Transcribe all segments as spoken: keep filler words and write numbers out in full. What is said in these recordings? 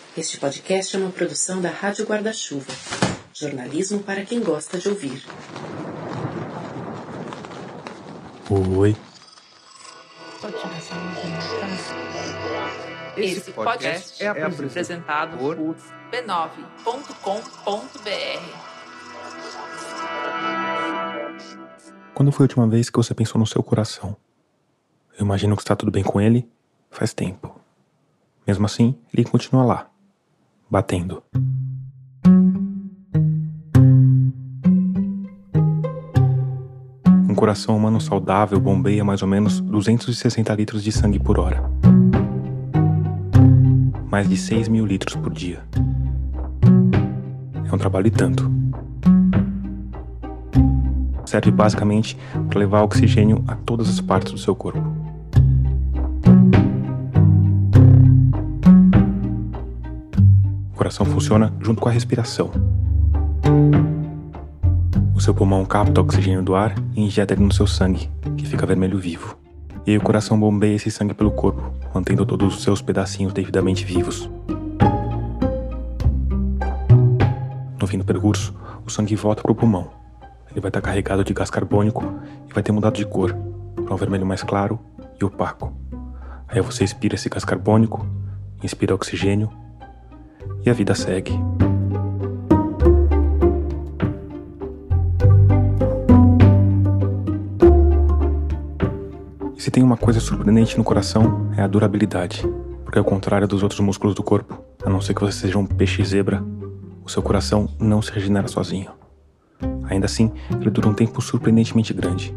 Este podcast é uma produção da Rádio Guarda-Chuva. Jornalismo para quem gosta de ouvir. Oi. Esse podcast é apresentado por b nove ponto com ponto b r. Quando foi a última vez que você pensou no seu coração? Eu imagino que está tudo bem com ele faz tempo. Mesmo assim, ele continua lá, batendo. Um coração humano saudável bombeia mais ou menos duzentos e sessenta litros de sangue por hora. Mais de seis mil litros por dia. É um trabalho e tanto. Serve basicamente para levar oxigênio a todas as partes do seu corpo. O coração funciona junto com a respiração. O seu pulmão capta o oxigênio do ar e injeta ele no seu sangue, que fica vermelho vivo. E aí o coração bombeia esse sangue pelo corpo, mantendo todos os seus pedacinhos devidamente vivos. No fim do percurso, o sangue volta para o pulmão. Ele vai estar carregado de gás carbônico e vai ter mudado de cor, para um vermelho mais claro e opaco. Aí você expira esse gás carbônico, inspira oxigênio e a vida segue. E se tem uma coisa surpreendente no coração, é a durabilidade. Porque ao contrário dos outros músculos do corpo, a não ser que você seja um peixe zebra, o seu coração não se regenera sozinho. Ainda assim, ele dura um tempo surpreendentemente grande.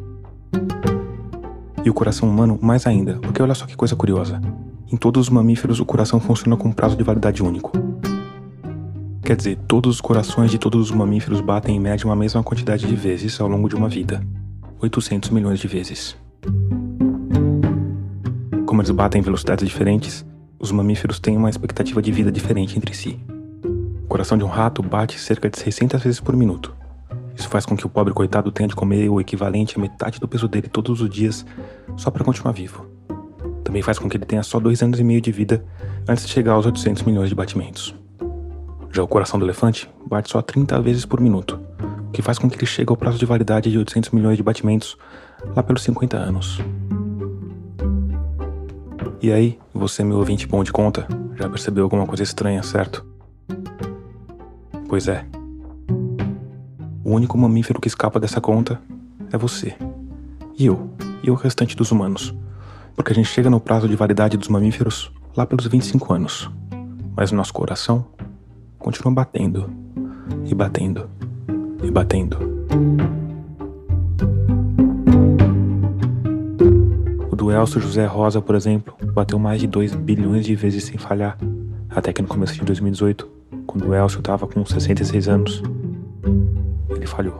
E o coração humano mais ainda, porque olha só que coisa curiosa. Em todos os mamíferos o coração funciona com um prazo de validade único. Quer dizer, todos os corações de todos os mamíferos batem em média uma mesma quantidade de vezes ao longo de uma vida. oitocentos milhões de vezes. Como eles batem em velocidades diferentes, os mamíferos têm uma expectativa de vida diferente entre si. O coração de um rato bate cerca de seiscentas vezes por minuto. Isso faz com que o pobre coitado tenha de comer o equivalente a metade do peso dele todos os dias só para continuar vivo. Também faz com que ele tenha só dois anos e meio de vida antes de chegar aos oitocentos milhões de batimentos. Já o coração do elefante bate só trinta vezes por minuto, o que faz com que ele chegue ao prazo de validade de oitocentos milhões de batimentos lá pelos cinquenta anos. E aí, você, meu ouvinte bom de conta, já percebeu alguma coisa estranha, certo? Pois é. O único mamífero que escapa dessa conta é você. E eu. E o restante dos humanos. Porque a gente chega no prazo de validade dos mamíferos lá pelos vinte e cinco anos. Mas o nosso coração continua batendo. E batendo. E batendo. O do Elcio José Rosa, por exemplo, bateu mais de dois bilhões de vezes sem falhar. Até que no começo de dois mil e dezoito, quando o Elcio estava com sessenta e seis anos, ele falhou.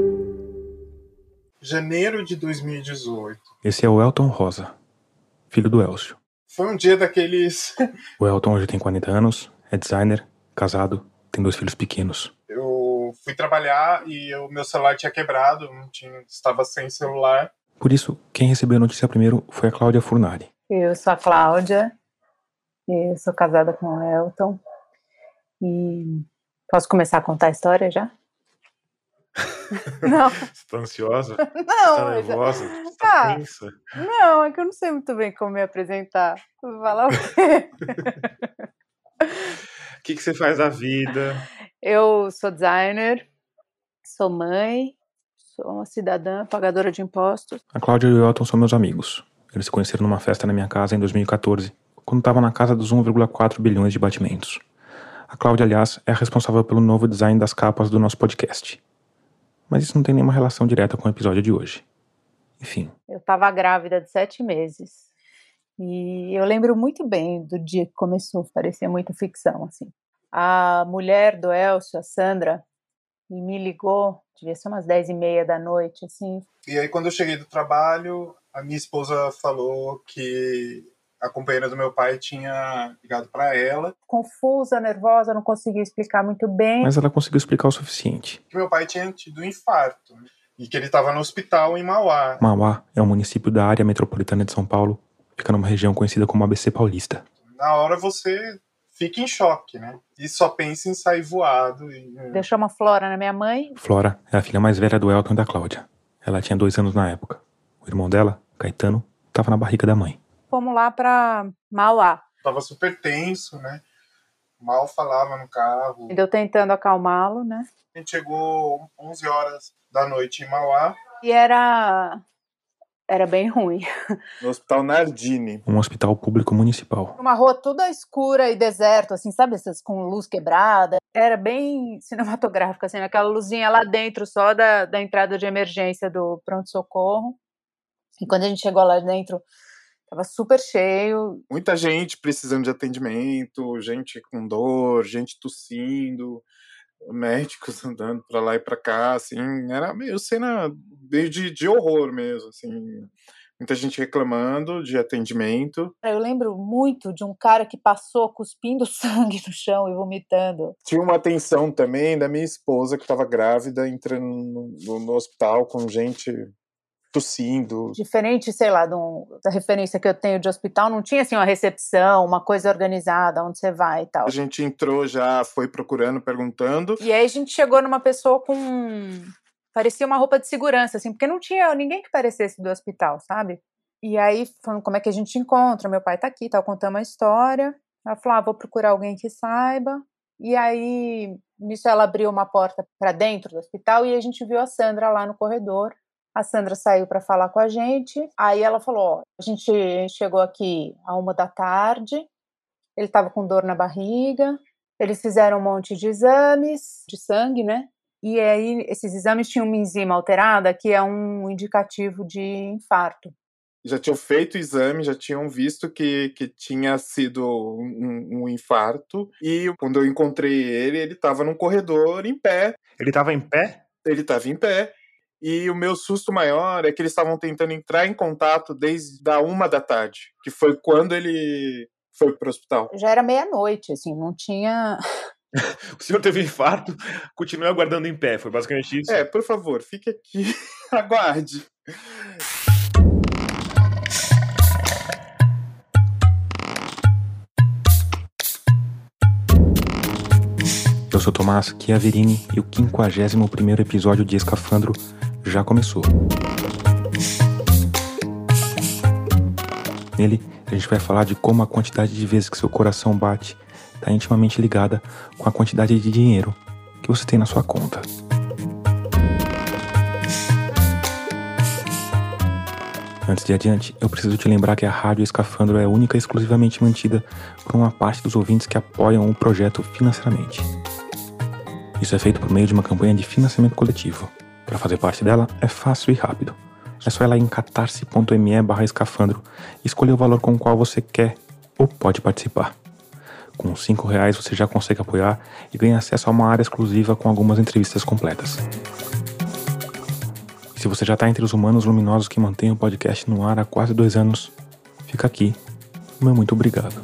Janeiro de dois mil e dezoito. Esse é o Elton Rosa, filho do Elcio. Foi um dia daqueles... O Elton hoje tem quarenta anos, é designer, casado, tem dois filhos pequenos. Eu fui trabalhar e o meu celular tinha quebrado, não tinha, estava sem celular. Por isso, quem recebeu a notícia primeiro foi a Cláudia Furnari. Eu sou a Cláudia, eu sou casada com o Elton. E posso começar a contar a história já? Não. Você tá ansiosa? Não. Você tá nervosa? Já... Você tá ah, tensa? Não, é que eu não sei muito bem como me apresentar. Vou falar o quê? O que, que você faz da vida? Eu sou designer, sou mãe, sou uma cidadã pagadora de impostos. A Cláudia e o Elton são meus amigos. Eles se conheceram numa festa na minha casa em dois mil e catorze, quando estavam na casa dos um vírgula quatro bilhões de batimentos. A Cláudia, aliás, é a responsável pelo novo design das capas do nosso podcast. Mas isso não tem nenhuma relação direta com o episódio de hoje. Enfim. Eu estava grávida de sete meses. E eu lembro muito bem do dia que começou, parecia muita ficção, assim. A mulher do Elcio, a Sandra, me ligou, devia ser umas dez e meia da noite, assim. E aí, quando eu cheguei do trabalho, a minha esposa falou que a companheira do meu pai tinha ligado para ela. Confusa, nervosa, não conseguia explicar muito bem. Mas ela conseguiu explicar o suficiente. Que meu pai tinha tido um infarto e que ele estava no hospital em Mauá. Mauá é um município da área metropolitana de São Paulo, fica numa região conhecida como A B C Paulista. Na hora você fica em choque, né? E só pensa em sair voado. E... Deixou uma Flora na minha mãe. Flora é a filha mais velha do Elton e da Cláudia. Ela tinha dois anos na época. O irmão dela, Caetano, estava na barriga da mãe. Fomos lá pra Mauá. Tava super tenso, né? Mal falava no carro. Eu tentando acalmá-lo, né? A gente chegou onze horas da noite em Mauá. E era... Era bem ruim. No Hospital Nardini. Um hospital público municipal. Uma rua toda escura e deserto, assim, sabe? Essas com luz quebrada. Era bem cinematográfico, assim, aquela luzinha lá dentro só da, da entrada de emergência do pronto-socorro. E quando a gente chegou lá dentro, tava super cheio. Muita gente precisando de atendimento, gente com dor, gente tossindo, médicos andando pra lá e pra cá, assim, era meio cena meio de, de horror mesmo, assim, muita gente reclamando de atendimento. Eu lembro muito de um cara que passou cuspindo sangue no chão e vomitando. Tinha uma atenção também da minha esposa que estava grávida, entrando no, no, no hospital com gente tossindo. Diferente, sei lá, do, da referência que eu tenho de hospital, não tinha assim uma recepção, uma coisa organizada, onde você vai e tal. A gente entrou já, foi procurando, perguntando. E aí a gente chegou numa pessoa com... parecia uma roupa de segurança, assim, porque não tinha ninguém que parecesse do hospital, sabe? E aí, falando, como é que a gente encontra? Meu pai tá aqui, tá contando uma história. Ela falou, ah, vou procurar alguém que saiba. E aí, nisso ela abriu uma porta para dentro do hospital e a gente viu a Sandra lá no corredor. A Sandra saiu para falar com a gente. Aí ela falou, ó, a gente chegou aqui a uma da tarde, ele estava com dor na barriga, eles fizeram um monte de exames de sangue, né? E aí esses exames tinham uma enzima alterada, que é um indicativo de infarto. Já tinham feito o exame, já tinham visto que, que tinha sido um, um infarto. E quando eu encontrei ele, ele estava num corredor em pé. Ele estava em pé? Ele estava em pé. E o meu susto maior é que eles estavam tentando entrar em contato desde a uma da tarde, que foi quando ele foi pro hospital. Já era meia-noite, assim, não tinha... O senhor teve infarto, continue aguardando em pé, foi basicamente isso? É, por favor, fique aqui, aguarde. Eu sou Tomás Chiaverini e o quinquagésimo primeiro episódio de Escafandro já começou. Nele, a gente vai falar de como a quantidade de vezes que seu coração bate está intimamente ligada com a quantidade de dinheiro que você tem na sua conta. Antes de adiante, eu preciso te lembrar que a Rádio Escafandro é única e exclusivamente mantida por uma parte dos ouvintes que apoiam o projeto financeiramente. Isso é feito por meio de uma campanha de financiamento coletivo. Para fazer parte dela, é fácil e rápido. É só ir lá em catarse.me barra escafandro e escolher o valor com o qual você quer ou pode participar. Com cinco reais você já consegue apoiar e ganha acesso a uma área exclusiva com algumas entrevistas completas. E se você já está entre os humanos luminosos que mantêm o podcast no ar há quase dois anos, fica aqui o meu muito obrigado.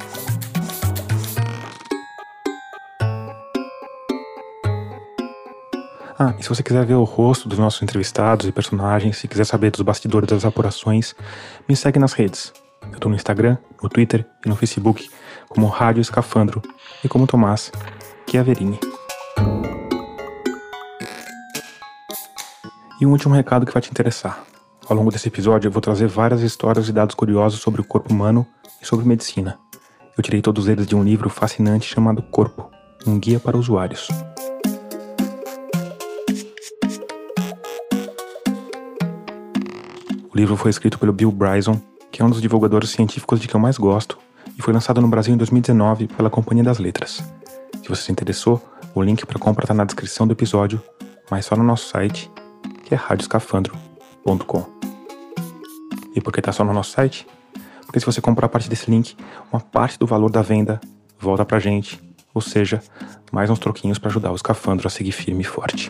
Ah, e se você quiser ver o rosto dos nossos entrevistados e personagens, se quiser saber dos bastidores das apurações, me segue nas redes. Eu tô no Instagram, no Twitter e no Facebook como Rádio Escafandro e como Tomás Chiaverini. E um último recado que vai te interessar. Ao longo desse episódio eu vou trazer várias histórias e dados curiosos sobre o corpo humano e sobre medicina. Eu tirei todos eles de um livro fascinante chamado Corpo, um guia para usuários. O livro foi escrito pelo Bill Bryson, que é um dos divulgadores científicos de que eu mais gosto, e foi lançado no Brasil em dois mil e dezenove pela Companhia das Letras. Se você se interessou, o link para compra está na descrição do episódio, mas só no nosso site, que é rádio escafandro ponto com. E por que está só no nosso site? Porque se você comprar a partir desse link, uma parte do valor da venda volta pra gente, ou seja, mais uns troquinhos para ajudar o Escafandro a seguir firme e forte.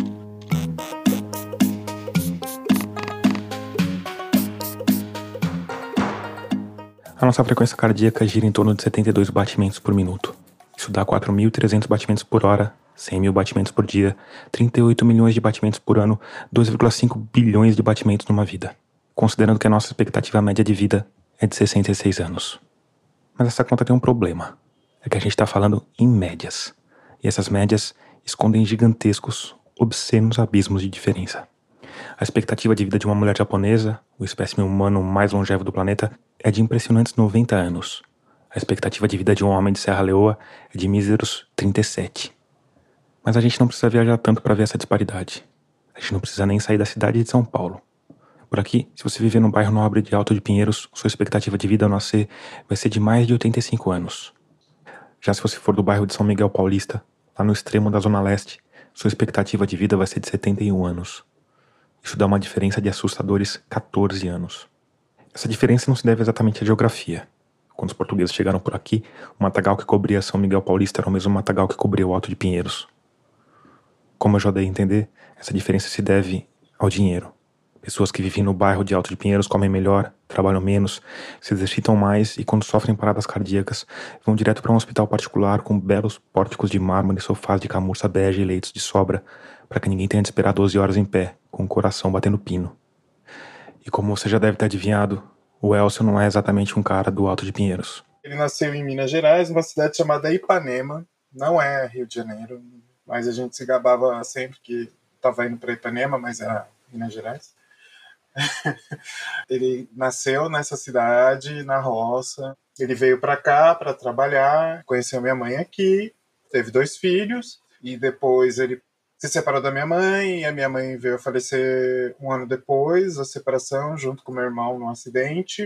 A nossa frequência cardíaca gira em torno de setenta e dois batimentos por minuto. Isso dá quatro mil e trezentos batimentos por hora, cem mil batimentos por dia, trinta e oito milhões de batimentos por ano, dois vírgula cinco bilhões de batimentos numa vida. Considerando que a nossa expectativa média de vida é de sessenta e seis anos. Mas essa conta tem um problema. é que a gente está falando em médias. E essas médias escondem gigantescos, obscenos abismos de diferença. A expectativa de vida de uma mulher japonesa, o espécime humano mais longevo do planeta, é de impressionantes noventa anos. A expectativa de vida de um homem de Serra Leoa é de míseros trinta e sete. Mas a gente não precisa viajar tanto para ver essa disparidade. A gente não precisa nem sair da cidade de São Paulo. Por aqui, se você viver no bairro nobre de Alto de Pinheiros, sua expectativa de vida ao nascer vai ser de mais de oitenta e cinco anos. Já se você for do bairro de São Miguel Paulista, lá no extremo da Zona Leste, sua expectativa de vida vai ser de setenta e um anos. Isso dá uma diferença de assustadores catorze anos. Essa diferença não se deve exatamente à geografia. Quando os portugueses chegaram por aqui, o matagal que cobria São Miguel Paulista era o mesmo matagal que cobria o Alto de Pinheiros. Como eu já dei a entender, essa diferença se deve ao dinheiro. Pessoas que vivem no bairro de Alto de Pinheiros comem melhor, trabalham menos, se exercitam mais e, quando sofrem paradas cardíacas, vão direto para um hospital particular com belos pórticos de mármore, sofás de camurça bege e leitos de sobra, para que ninguém tenha de esperar doze horas em pé, com o coração batendo pino. E como você já deve ter adivinhado, o Elcio não é exatamente um cara do Alto de Pinheiros. Ele nasceu em Minas Gerais, numa cidade chamada Ipanema, não é Rio de Janeiro, mas a gente se gabava sempre que estava indo para Ipanema, mas era Minas Gerais. Ele nasceu nessa cidade, na roça. Ele veio para cá para trabalhar, conheceu minha mãe aqui, teve dois filhos, e depois ele se separou da minha mãe, e a minha mãe veio a falecer um ano depois da separação, junto com meu irmão num acidente.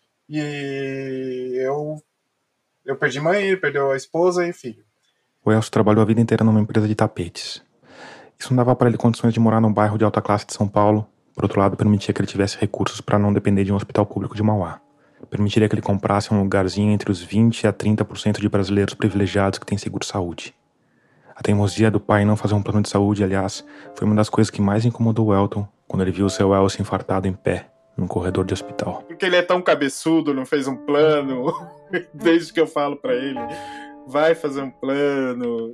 E eu, eu perdi mãe, ele perdeu a esposa e filho. O Elcio trabalhou a vida inteira numa empresa de tapetes. Isso não dava para ele condições de morar num bairro de alta classe de São Paulo. Por outro lado, permitia que ele tivesse recursos para não depender de um hospital público de Mauá. Permitiria que ele comprasse um lugarzinho entre os vinte a trinta por cento de brasileiros privilegiados que têm seguro-saúde. A teimosia do pai em não fazer um plano de saúde, aliás, foi uma das coisas que mais incomodou o Elton quando ele viu o seu Elcio infartado em pé, num corredor de hospital. Porque ele é tão cabeçudo, não fez um plano. Desde que eu falo para ele, vai fazer um plano.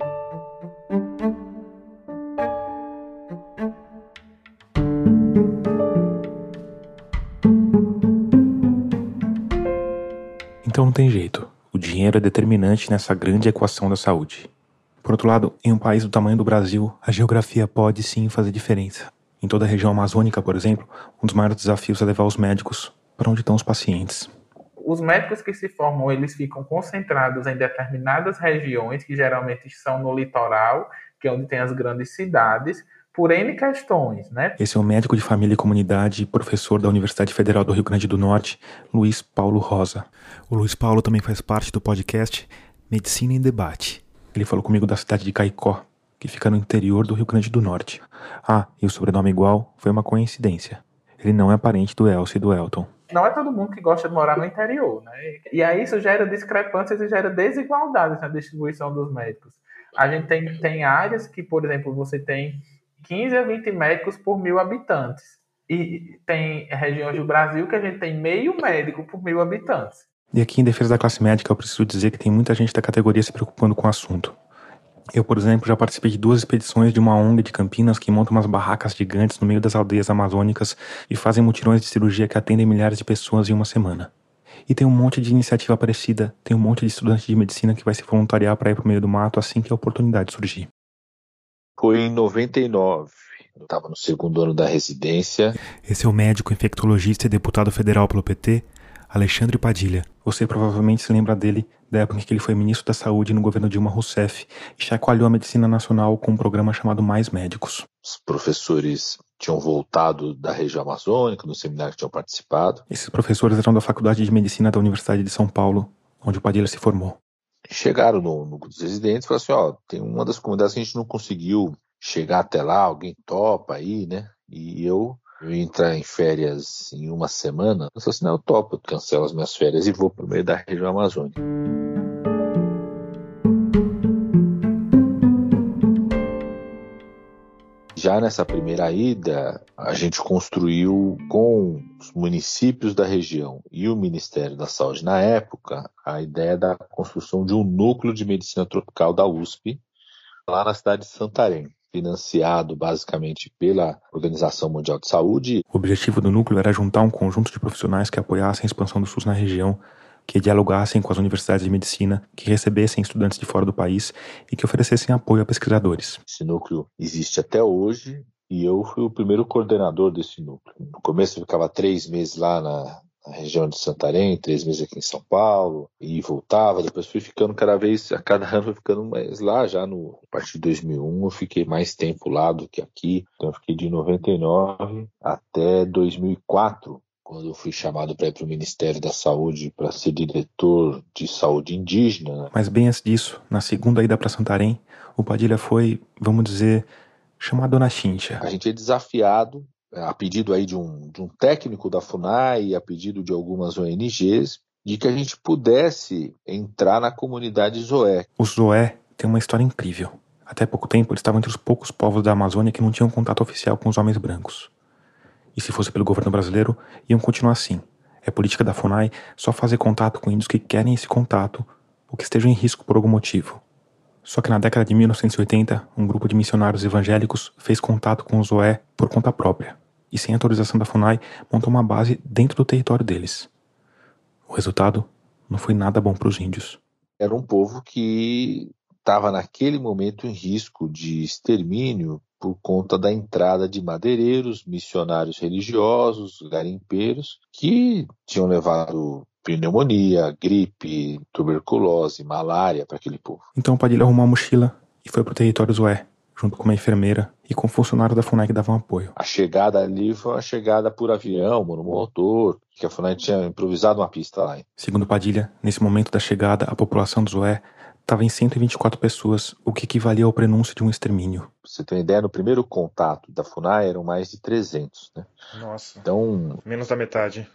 Então não tem jeito. O dinheiro é determinante nessa grande equação da saúde. Por outro lado, em um país do tamanho do Brasil, a geografia pode sim fazer diferença. Em toda a região amazônica, por exemplo, um dos maiores desafios é levar os médicos para onde estão os pacientes. Os médicos que se formam, eles ficam concentrados em determinadas regiões, que geralmente são no litoral, que é onde tem as grandes cidades, por N questões, né? Esse é o médico de família e comunidade e professor da Universidade Federal do Rio Grande do Norte, Luiz Paulo Rosa. O Luiz Paulo também faz parte do podcast Medicina em Debate. Ele falou comigo da cidade de Caicó, que fica no interior do Rio Grande do Norte. Ah, e o sobrenome igual foi uma coincidência. Ele não é parente do Elcio e do Elton. Não é todo mundo que gosta de morar no interior, né? E aí isso gera discrepâncias e gera desigualdades na distribuição dos médicos. A gente tem, tem áreas que, por exemplo, você tem quinze a vinte médicos por mil habitantes. E tem regiões do Brasil que a gente tem meio médico por mil habitantes. E aqui, em defesa da classe médica, eu preciso dizer que tem muita gente da categoria se preocupando com o assunto. Eu, por exemplo, já participei de duas expedições de uma O N G de Campinas que montam umas barracas gigantes no meio das aldeias amazônicas e fazem mutirões de cirurgia que atendem milhares de pessoas em uma semana. E tem um monte de iniciativa parecida, tem um monte de estudante de medicina que vai se voluntariar para ir pro meio do mato assim que a oportunidade surgir. Foi em noventa e nove, eu estava no segundo ano da residência. Esse é o médico infectologista e deputado federal pelo P T, Alexandre Padilha. Você provavelmente se lembra dele da época em que ele foi ministro da Saúde no governo Dilma Rousseff e chacoalhou a medicina nacional com um programa chamado Mais Médicos. Os professores tinham voltado da região amazônica, no seminário que tinham participado. Esses professores eram da Faculdade de Medicina da Universidade de São Paulo, onde o Padilha se formou. Chegaram no, no grupo dos residentes e falaram assim, ó, tem uma das comunidades que a gente não conseguiu chegar até lá, alguém topa aí, né? E eu, eu ia entrar em férias em uma semana. Eu falei assim, não, eu topo, eu cancelo as minhas férias e vou pro meio da região amazônica. Já nessa primeira ida, a gente construiu com os municípios da região e o Ministério da Saúde na época a ideia da construção de um núcleo de medicina tropical da U S P lá na cidade de Santarém, financiado basicamente pela Organização Mundial de Saúde. O objetivo do núcleo era juntar um conjunto de profissionais que apoiassem a expansão do SUS na região que dialogassem com as universidades de medicina, que recebessem estudantes de fora do país e que oferecessem apoio a pesquisadores. Esse núcleo existe até hoje e eu fui o primeiro coordenador desse núcleo. No começo eu ficava três meses lá na, na região de Santarém, três meses aqui em São Paulo, e voltava, depois fui ficando cada vez, a cada ano fui ficando mais lá, já no, a partir de dois mil e um eu fiquei mais tempo lá do que aqui, então eu fiquei de noventa e nove até dois mil e quatro, quando eu fui chamado para ir para o Ministério da Saúde para ser diretor de saúde indígena. Né? Mas bem antes disso, na segunda ida para Santarém, o Padilha foi, vamos dizer, chamado na chincha. A gente é desafiado, a pedido aí de um, de um técnico da FUNAI, a pedido de algumas O N Gs, de que a gente pudesse entrar na comunidade Zoé. Os Zoé têm uma história incrível. Até pouco tempo, eles estavam entre os poucos povos da Amazônia que não tinham contato oficial com os homens brancos. E se fosse pelo governo brasileiro, iam continuar assim. É política da FUNAI só fazer contato com índios que querem esse contato ou que estejam em risco por algum motivo. Só que na década de mil novecentos e oitenta, um grupo de missionários evangélicos fez contato com os Zoé por conta própria e, sem autorização da FUNAI, montou uma base dentro do território deles. O resultado não foi nada bom para os índios. Era um povo que estava naquele momento em risco de extermínio por conta da entrada de madeireiros, missionários religiosos, garimpeiros, que tinham levado pneumonia, gripe, tuberculose, malária para aquele povo. Então o Padilha arrumou a mochila e foi para o território Zoé, junto com uma enfermeira e com funcionários da FUNAI que davam apoio. A chegada ali foi uma chegada por avião, monomotor, que a FUNAI tinha improvisado uma pista lá. Segundo Padilha, nesse momento da chegada, a população do Zoé estava em cento e vinte e quatro pessoas, o que equivalia ao prenúncio de um extermínio. Pra você ter uma ideia, no primeiro contato da FUNAI eram mais de trezentos, né? Nossa, então, menos da metade.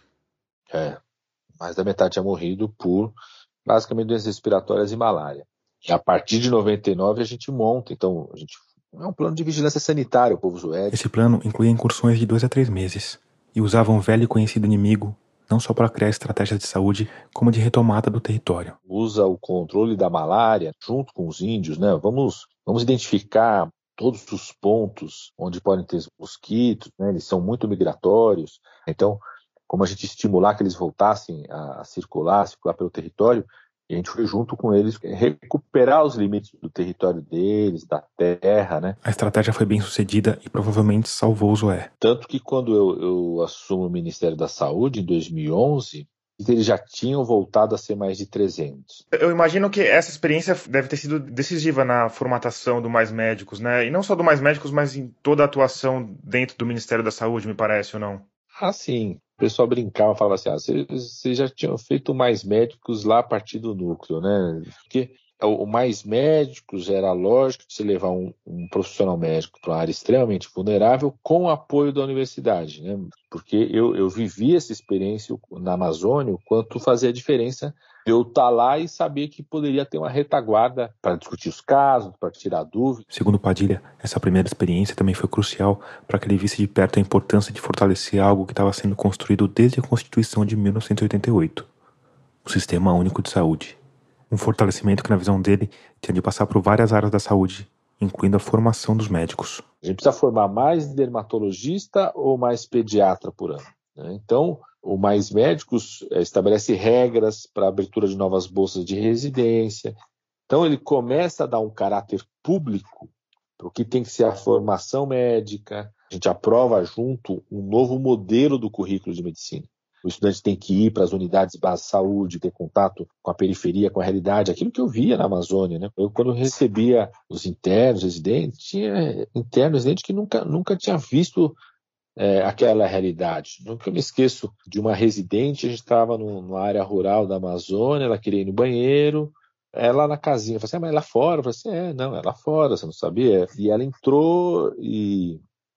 É, mais da metade tinha morrido por, basicamente, doenças respiratórias e malária. E a partir de noventa e nove a gente monta, então, a gente é um plano de vigilância sanitária, o povo Zoé. Esse plano incluía incursões de dois a três meses e usava um velho e conhecido inimigo, não só para criar estratégias de saúde, como de retomada do território. Usa o controle da malária junto com os índios, né? Vamos, vamos identificar todos os pontos onde podem ter mosquitos, né? Eles são muito migratórios. Então, como a gente estimular que eles voltassem a, a circular, a circular pelo território, e a gente foi junto com eles recuperar os limites do território deles, da terra, né? A estratégia foi bem sucedida e provavelmente salvou o Zoé. Tanto que quando eu, eu assumo o Ministério da Saúde, em dois mil e onze, eles já tinham voltado a ser mais de trezentos. Eu imagino que essa experiência deve ter sido decisiva na formatação do Mais Médicos, né? E não só do Mais Médicos, mas em toda a atuação dentro do Ministério da Saúde, me parece, ou não? Ah, sim. O pessoal brincava, falava assim, ah, vocês já tinham feito Mais Médicos lá a partir do núcleo, né? Porque o Mais Médicos era lógico de você levar um, um profissional médico para uma área extremamente vulnerável com o apoio da universidade, né? Porque eu, eu vivi essa experiência na Amazônia, o quanto fazia diferença eu estar lá e saber que poderia ter uma retaguarda para discutir os casos, para tirar dúvidas. Segundo Padilha, essa primeira experiência também foi crucial para que ele visse de perto a importância de fortalecer algo que estava sendo construído desde a Constituição de mil novecentos e oitenta e oito, o Sistema Único de Saúde. Um fortalecimento que, na visão dele, tinha de passar por várias áreas da saúde, incluindo a formação dos médicos. A gente precisa formar mais dermatologista ou mais pediatra por ano, né? Então, o Mais Médicos estabelece regras para a abertura de novas bolsas de residência. Então, ele começa a dar um caráter público para o que tem que ser a formação médica. A gente aprova junto um novo modelo do currículo de medicina. O estudante tem que ir para as unidades base de saúde, ter contato com a periferia, com a realidade, aquilo que eu via na Amazônia, né? Eu, quando recebia os internos, residentes, tinha internos, residentes que nunca, nunca tinha visto é, aquela realidade. Nunca me esqueço de uma residente, a gente estava numa área rural da Amazônia, ela queria ir no banheiro, ela na casinha, eu falei assim, ah, mas é lá fora? Eu falei assim, é, não, é lá fora, você não sabia? E ela entrou e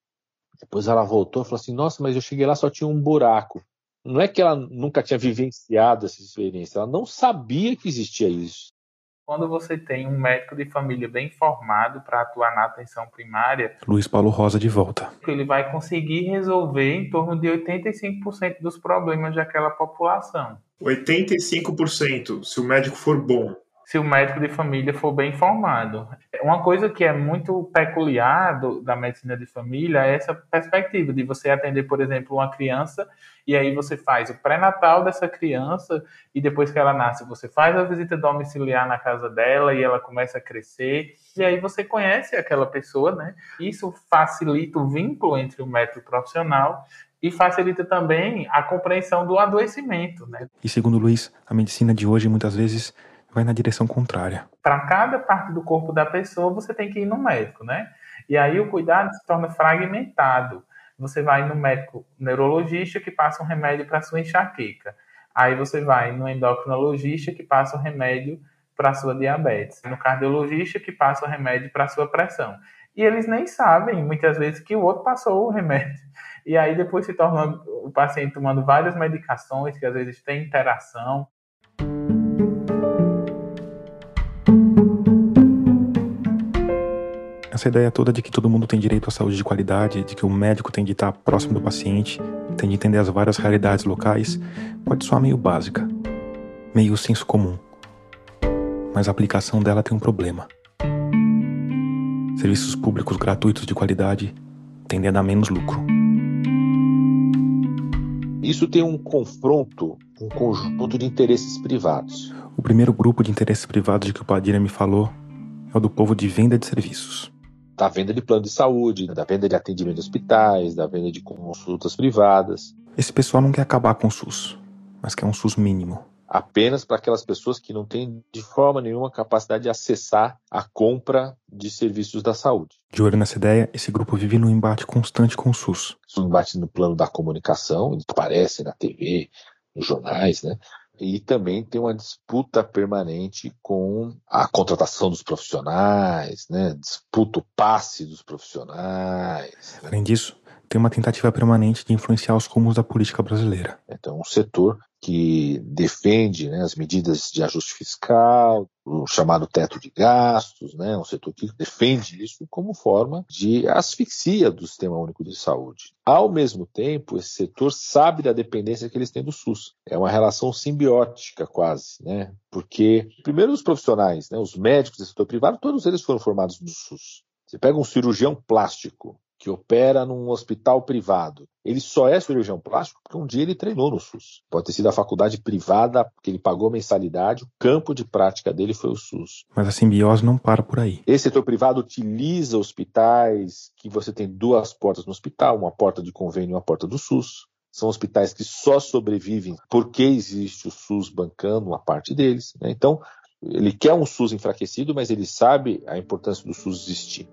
depois ela voltou e falou assim, nossa, mas eu cheguei lá, só tinha um buraco. Não é que ela nunca tinha vivenciado essa experiência, ela não sabia que existia isso. Quando você tem um médico de família bem formado para atuar na atenção primária, Luiz Paulo Rosa de volta. Ele vai conseguir resolver em torno de oitenta e cinco por cento dos problemas daquela população. oitenta e cinco por cento, se o médico for bom. Se o médico de família for bem formado. Uma coisa que é muito peculiar do, da medicina de família é essa perspectiva de você atender, por exemplo, uma criança e aí você faz o pré-natal dessa criança e depois que ela nasce, você faz a visita domiciliar na casa dela e ela começa a crescer e aí você conhece aquela pessoa, né? Isso facilita o vínculo entre o médico profissional e facilita também a compreensão do adoecimento, né? E segundo Luiz, a medicina de hoje muitas vezes vai na direção contrária. Para cada parte do corpo da pessoa, você tem que ir no médico, né? E aí o cuidado se torna fragmentado. Você vai no médico neurologista que passa um remédio para sua enxaqueca. Aí você vai no endocrinologista que passa o remédio para sua diabetes. No cardiologista que passa o remédio para sua pressão. E eles nem sabem, muitas vezes, que o outro passou o remédio. E aí depois se torna o paciente tomando várias medicações que às vezes têm interação. Essa ideia toda de que todo mundo tem direito à saúde de qualidade, de que o médico tem de estar próximo do paciente, tem de entender as várias realidades locais, pode soar meio básica, meio senso comum. Mas a aplicação dela tem um problema. Serviços públicos gratuitos de qualidade tendem a dar menos lucro. Isso tem um confronto, um conjunto de interesses privados. O primeiro grupo de interesses privados de que o Padilha me falou é o do povo de venda de serviços. Da venda de plano de saúde, da venda de atendimento em hospitais, da venda de consultas privadas. Esse pessoal não quer acabar com o SUS, mas quer um SUS mínimo. Apenas para aquelas pessoas que não têm de forma nenhuma capacidade de acessar a compra de serviços da saúde. De olho nessa ideia, esse grupo vive num embate constante com o SUS. Um embate no plano da comunicação, aparece na T V, nos jornais, né? E também tem uma disputa permanente com a contratação dos profissionais, né? Disputa o passe dos profissionais. Além disso, tem uma tentativa permanente de influenciar os rumos da política brasileira. Então, um setor que defende, né, as medidas de ajuste fiscal, o chamado teto de gastos, né, um setor que defende isso como forma de asfixia do Sistema Único de Saúde. Ao mesmo tempo, esse setor sabe da dependência que eles têm do SUS. É uma relação simbiótica quase, né, porque, primeiro, os profissionais, né, os médicos do setor privado, todos eles foram formados no SUS. Você pega um cirurgião plástico que opera num hospital privado, ele só é cirurgião plástico porque um dia ele treinou no SUS. Pode ter sido a faculdade privada, porque ele pagou mensalidade, o campo de prática dele foi o SUS. Mas a simbiose não para por aí. Esse setor privado utiliza hospitais que você tem duas portas no hospital, uma porta de convênio e uma porta do SUS. São hospitais que só sobrevivem porque existe o SUS bancando uma parte deles, né? Então, ele quer um SUS enfraquecido, mas ele sabe a importância do SUS existir.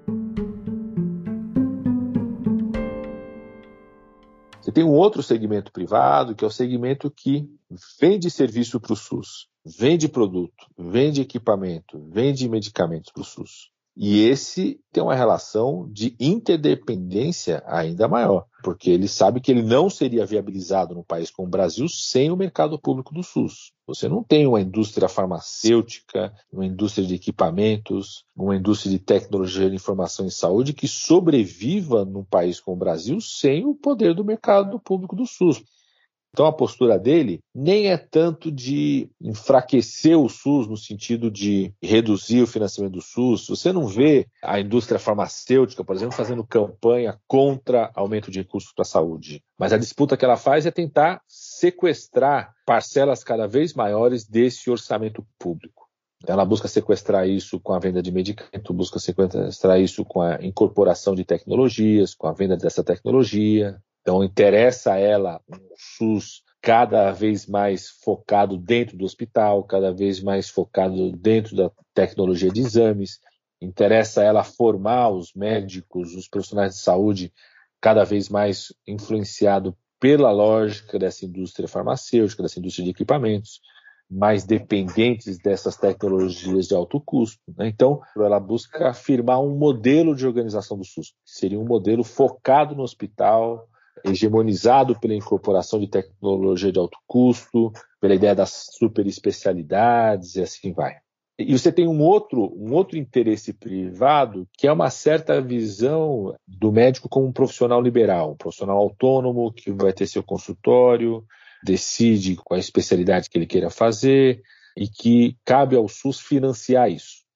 Você tem um outro segmento privado, que é o segmento que vende serviço para o SUS, vende produto, vende equipamento, vende medicamentos para o SUS. E esse tem uma relação de interdependência ainda maior, porque ele sabe que ele não seria viabilizado num país como o Brasil sem o mercado público do SUS. Você não tem uma indústria farmacêutica, uma indústria de equipamentos, uma indústria de tecnologia de informação em saúde que sobreviva num país como o Brasil sem o poder do mercado público do SUS. Então a postura dele nem é tanto de enfraquecer o SUS no sentido de reduzir o financiamento do SUS. Você não vê a indústria farmacêutica, por exemplo, fazendo campanha contra aumento de recursos para a saúde. Mas a disputa que ela faz é tentar sequestrar parcelas cada vez maiores desse orçamento público. Ela busca sequestrar isso com a venda de medicamento, busca sequestrar isso com a incorporação de tecnologias, com a venda dessa tecnologia. Então, interessa a ela um SUS cada vez mais focado dentro do hospital, cada vez mais focado dentro da tecnologia de exames. Interessa a ela formar os médicos, os profissionais de saúde, cada vez mais influenciado pela lógica dessa indústria farmacêutica, dessa indústria de equipamentos, mais dependentes dessas tecnologias de alto custo, né? Então, ela busca afirmar um modelo de organização do SUS, que seria um modelo focado no hospital, hegemonizado pela incorporação de tecnologia de alto custo, pela ideia das superespecialidades e assim vai. E você tem um outro, um outro interesse privado, que é uma certa visão do médico como um profissional liberal, um profissional autônomo que vai ter seu consultório, decide qual a especialidade que ele queira fazer e que cabe ao SUS financiar isso.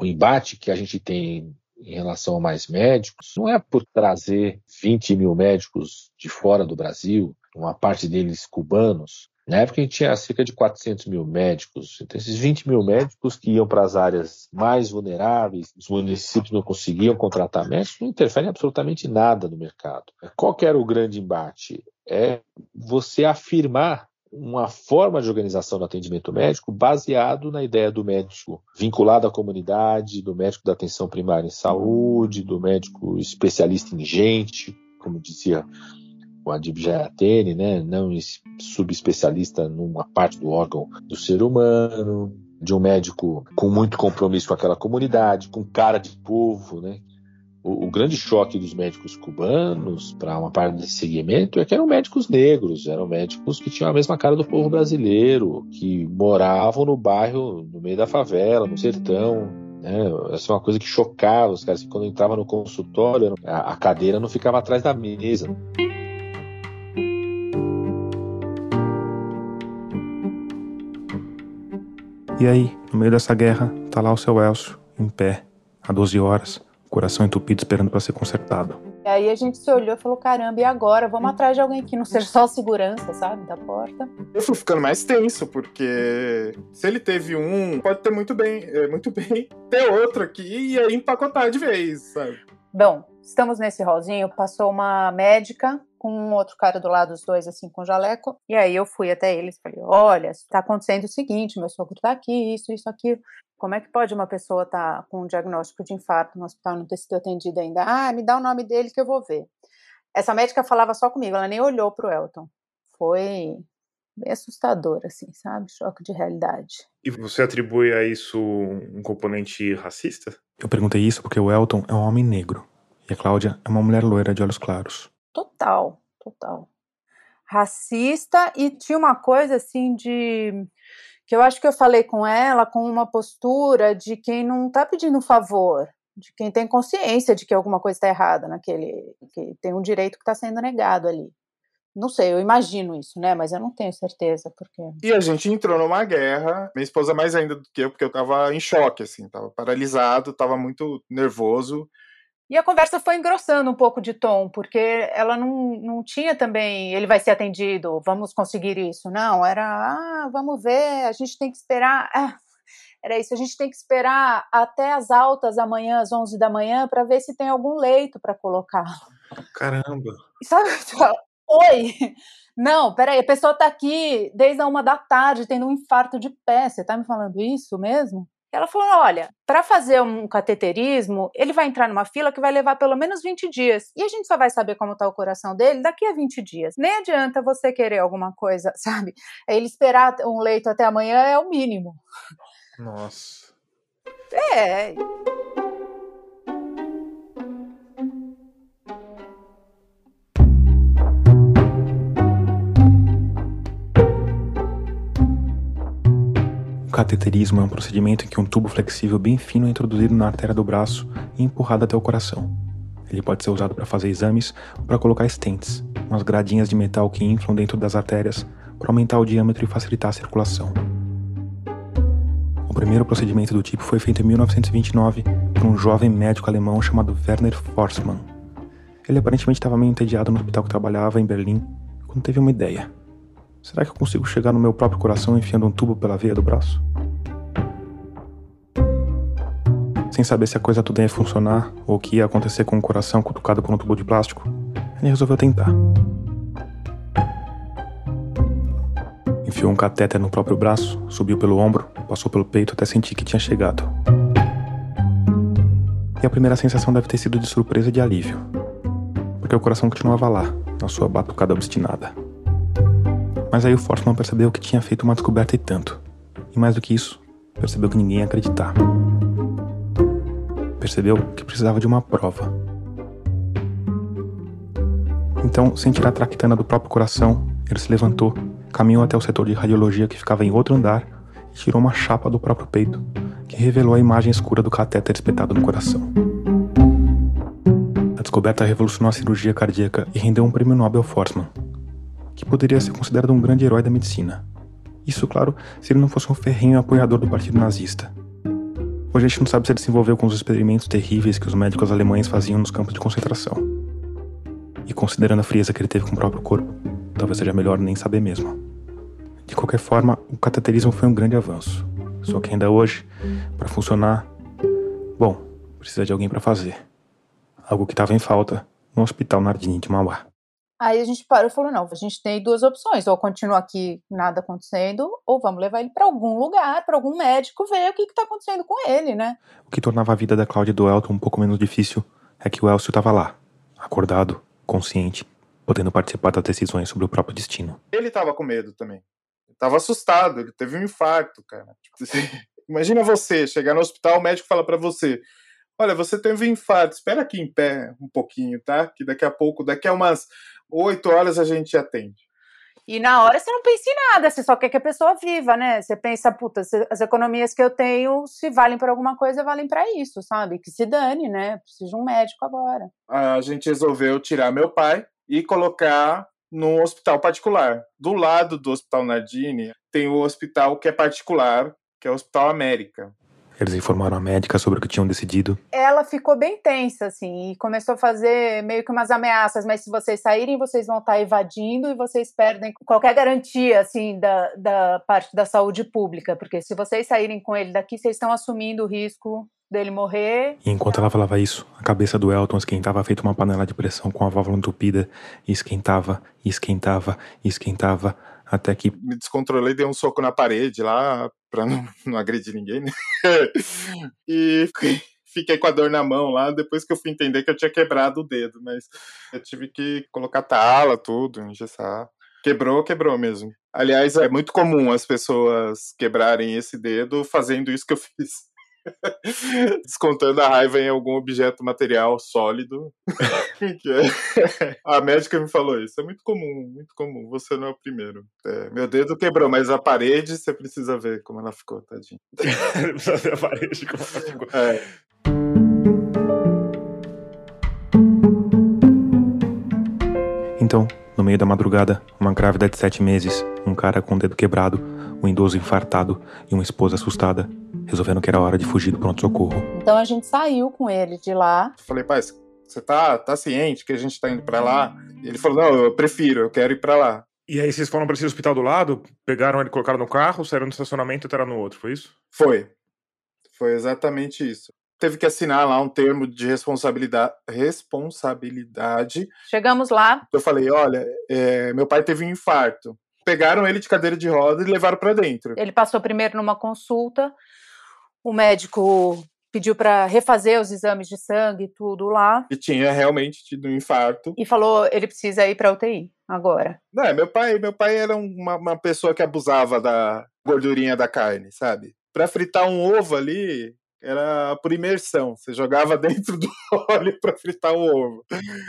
O embate que a gente tem em relação a mais médicos não é por trazer vinte mil médicos de fora do Brasil, uma parte deles cubanos. Na época a gente tinha cerca de quatrocentos mil médicos. Então, esses vinte mil médicos que iam para as áreas mais vulneráveis, os municípios não conseguiam contratar médicos, não interfere absolutamente nada no mercado. Qual que era o grande embate? É você afirmar uma forma de organização do atendimento médico baseado na ideia do médico vinculado à comunidade, do médico da atenção primária em saúde, do médico especialista em gente, como dizia o Adib Jayatene, né? Não subespecialista numa parte do órgão do ser humano, de um médico com muito compromisso com aquela comunidade, com cara de povo, né? O, o grande choque dos médicos cubanos para uma parte desse segmento é que eram médicos negros, eram médicos que tinham a mesma cara do povo brasileiro, que moravam no bairro, no meio da favela, no sertão. Né? Essa é uma coisa que chocava os caras, que quando entrava no consultório, a, a cadeira não ficava atrás da mesa. E aí, no meio dessa guerra, tá lá o seu Elcio, em pé, há doze horas, coração entupido esperando para ser consertado. E aí a gente se olhou e falou, caramba, e agora? Vamos atrás de alguém que não seja só segurança, sabe, da porta. Eu fui ficando mais tenso, porque se ele teve um, pode ter muito bem, muito bem ter outro aqui e aí empacotar de vez, sabe? Bom, estamos nesse hallzinho, passou uma médica com um outro cara do lado, os dois assim com jaleco, e aí eu fui até eles e falei, olha, está acontecendo o seguinte, meu sogro está aqui, isso, isso, aquilo. Como é que pode uma pessoa estar tá com um diagnóstico de infarto no hospital e não ter sido atendida ainda? Ah, me dá o nome dele que eu vou ver. Essa médica falava só comigo, ela nem olhou pro Elton. Foi bem assustador, assim, sabe? Choque de realidade. E você atribui a isso um componente racista? Eu perguntei isso porque o Elton é um homem negro e a Cláudia é uma mulher loira de olhos claros. Total, total. Racista, e tinha uma coisa assim de... que eu acho que eu falei com ela com uma postura de quem não está pedindo um favor, de quem tem consciência de que alguma coisa está errada naquele, que tem um direito que está sendo negado ali. Não sei, eu imagino isso, né? Mas eu não tenho certeza, porque... E a gente entrou numa guerra, minha esposa mais ainda do que eu, porque eu tava em choque, assim, tava paralisado, tava muito nervoso. E a conversa foi engrossando um pouco de tom, porque ela não, não tinha também, ele vai ser atendido, vamos conseguir isso. Não, era, ah, vamos ver, a gente tem que esperar. Ah, era isso, a gente tem que esperar até as altas amanhã, às onze da manhã, para ver se tem algum leito para colocar. Caramba! E sabe, oi! Não, peraí, a pessoa está aqui desde a uma da tarde, tendo um infarto de pé, você está me falando isso mesmo? Ela falou, olha, para fazer um cateterismo, ele vai entrar numa fila que vai levar pelo menos vinte dias. E a gente só vai saber como está o coração dele daqui a vinte dias. Nem adianta você querer alguma coisa, sabe? Ele esperar um leito até amanhã é o mínimo. Nossa. É... O cateterismo é um procedimento em que um tubo flexível bem fino é introduzido na artéria do braço e empurrado até o coração. Ele pode ser usado para fazer exames ou para colocar stents, umas gradinhas de metal que inflam dentro das artérias para aumentar o diâmetro e facilitar a circulação. O primeiro procedimento do tipo foi feito em mil novecentos e vinte e nove por um jovem médico alemão chamado Werner Forssmann. Ele aparentemente estava meio entediado no hospital que trabalhava em Berlim quando teve uma ideia. Será que eu consigo chegar no meu próprio coração enfiando um tubo pela veia do braço? Sem saber se a coisa toda ia funcionar ou o que ia acontecer com o coração cutucado por um tubo de plástico, ele resolveu tentar. Enfiou um catéter no próprio braço, subiu pelo ombro, passou pelo peito até sentir que tinha chegado. E a primeira sensação deve ter sido de surpresa e de alívio, porque o coração continuava lá, na sua batucada obstinada. Mas aí o Forssmann percebeu que tinha feito uma descoberta e tanto. E mais do que isso, percebeu que ninguém ia acreditar. Percebeu que precisava de uma prova. Então, sem tirar a traquitana do próprio coração, ele se levantou, caminhou até o setor de radiologia que ficava em outro andar e tirou uma chapa do próprio peito, que revelou a imagem escura do catéter espetado no coração. A descoberta revolucionou a cirurgia cardíaca e rendeu um prêmio Nobel ao Forssmann, que poderia ser considerado um grande herói da medicina. Isso, claro, se ele não fosse um ferrenho apoiador do partido nazista. Hoje a gente não sabe se ele se envolveu com os experimentos terríveis que os médicos alemães faziam nos campos de concentração. E considerando a frieza que ele teve com o próprio corpo, talvez seja melhor nem saber mesmo. De qualquer forma, o cateterismo foi um grande avanço. Só que ainda hoje, para funcionar, bom, precisa de alguém para fazer. Algo que estava em falta no Hospital Nardini de Mauá. Aí a gente parou e falou, não, a gente tem duas opções, ou continua aqui nada acontecendo, ou vamos levar ele para algum lugar, para algum médico, ver o que está acontecendo com ele, né? O que tornava a vida da Cláudia e do Elton um pouco menos difícil é que o Elcio estava lá, acordado, consciente, podendo participar das decisões sobre o próprio destino. Ele tava com medo também. Ele tava assustado, ele teve um infarto, cara. Tipo, você... Imagina você chegar no hospital, o médico fala pra você: olha, você teve um infarto, espera aqui em pé um pouquinho, tá? Que daqui a pouco, daqui a umas oito horas a gente atende. E na hora você não pensa em nada, você só quer que a pessoa viva, né? Você pensa, puta, as economias que eu tenho, se valem para alguma coisa, valem para isso, sabe? Que se dane, né? Preciso de um médico agora. A gente resolveu tirar meu pai e colocar num hospital particular. Do lado do Hospital Nardini tem o hospital que é particular, que é o Hospital América. Eles informaram a médica sobre o que tinham decidido. Ela ficou bem tensa, assim, e começou a fazer meio que umas ameaças, mas se vocês saírem, vocês vão estar evadindo e vocês perdem qualquer garantia, assim, da, da parte da saúde pública, porque se vocês saírem com ele daqui, vocês estão assumindo o risco dele morrer. E enquanto ela falava isso, a cabeça do Elton esquentava feito uma panela de pressão com a válvula entupida, e esquentava, e esquentava, e esquentava, até que... Me descontrolei, dei um soco na parede lá, pra não, não agredir ninguém, né? E fiquei com a dor na mão lá, depois que eu fui entender que eu tinha quebrado o dedo, mas eu tive que colocar tala, tudo, engessar. Quebrou, quebrou mesmo. Aliás, é muito comum as pessoas quebrarem esse dedo fazendo isso que eu fiz. Descontando a raiva em algum objeto material sólido. A médica me falou isso. É muito comum, muito comum. Você não é o primeiro. É, meu dedo quebrou, mas a parede você precisa ver como ela ficou, tadinho. Precisa ver a parede como ela ficou. É. Então, no meio da madrugada, uma grávida de sete meses, um cara com o dedo quebrado, um idoso infartado e uma esposa assustada resolveram que era hora de fugir do pronto-socorro. Então a gente saiu com ele de lá. Falei, pai, você tá, tá ciente que a gente tá indo pra lá? E ele falou, não, eu prefiro, eu quero ir pra lá. E aí vocês foram pra esse hospital do lado, pegaram ele, colocaram no carro, saíram no estacionamento e entraram no outro, foi isso? Foi. Foi exatamente isso. Teve que assinar lá um termo de responsabilidade. responsabilidade. Chegamos lá. Eu falei, olha, é, meu pai teve um infarto. Pegaram ele de cadeira de roda e levaram pra dentro. Ele passou primeiro numa consulta. O médico pediu para refazer os exames de sangue e tudo lá. E tinha realmente tido um infarto. E falou, ele precisa ir para U T I agora. Não, meu pai, meu pai era uma, uma pessoa que abusava da gordurinha da carne, sabe? Para fritar um ovo ali, era por imersão. Você jogava dentro do óleo para fritar o ovo.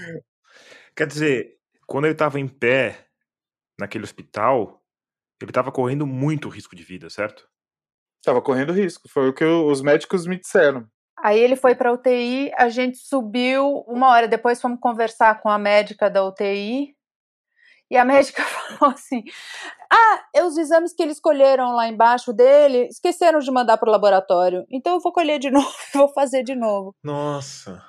Quer dizer, quando ele estava em pé naquele hospital, ele estava correndo muito risco de vida, certo? Tava correndo risco, foi o que os médicos me disseram. Aí ele foi para U T I, a gente subiu, uma hora depois fomos conversar com a médica da U T I, e a médica falou assim, ah, os exames que eles colheram lá embaixo dele, esqueceram de mandar para o laboratório, então eu vou colher de novo, vou fazer de novo. Nossa...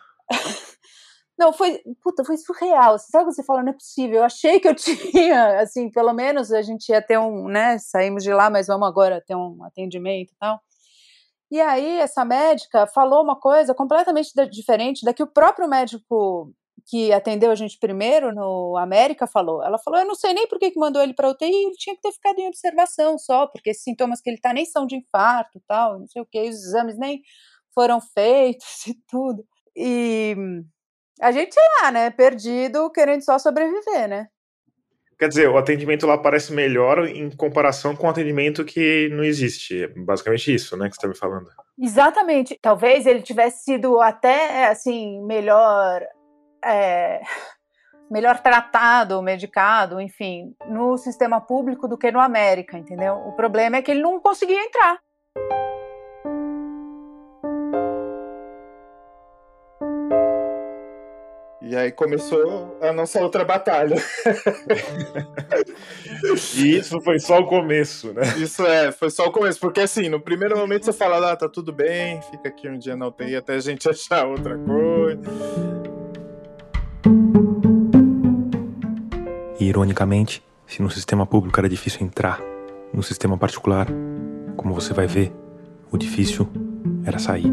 Não, foi, puta, foi surreal. Sabe o que você fala? Não é possível. Eu achei que eu tinha, assim, pelo menos a gente ia ter um, né, saímos de lá, mas vamos agora ter um atendimento e tal. E aí essa médica falou uma coisa completamente diferente da que o próprio médico que atendeu a gente primeiro no América falou. Ela falou, eu não sei nem por que que mandou ele para U T I, ele tinha que ter ficado em observação só, porque esses sintomas que ele tá nem são de infarto e tal, não sei o que, os exames nem foram feitos e tudo. E... a gente lá, né, perdido, querendo só sobreviver, né? Quer dizer, o atendimento lá parece melhor em comparação com o atendimento que não existe. É basicamente isso, né, que você está me falando. Exatamente. Talvez ele tivesse sido até, assim, melhor, é, melhor tratado, medicado, enfim, no sistema público do que no América, entendeu? O problema é que ele não conseguia entrar. E E aí começou a nossa outra batalha. E isso foi só o começo, né? Isso é, foi só o começo. Porque assim, no primeiro momento você fala, ah, tá tudo bem, fica aqui um dia na U T I até a gente achar outra coisa. E, ironicamente, se no sistema público era difícil entrar, no sistema particular, como você vai ver, o difícil era sair.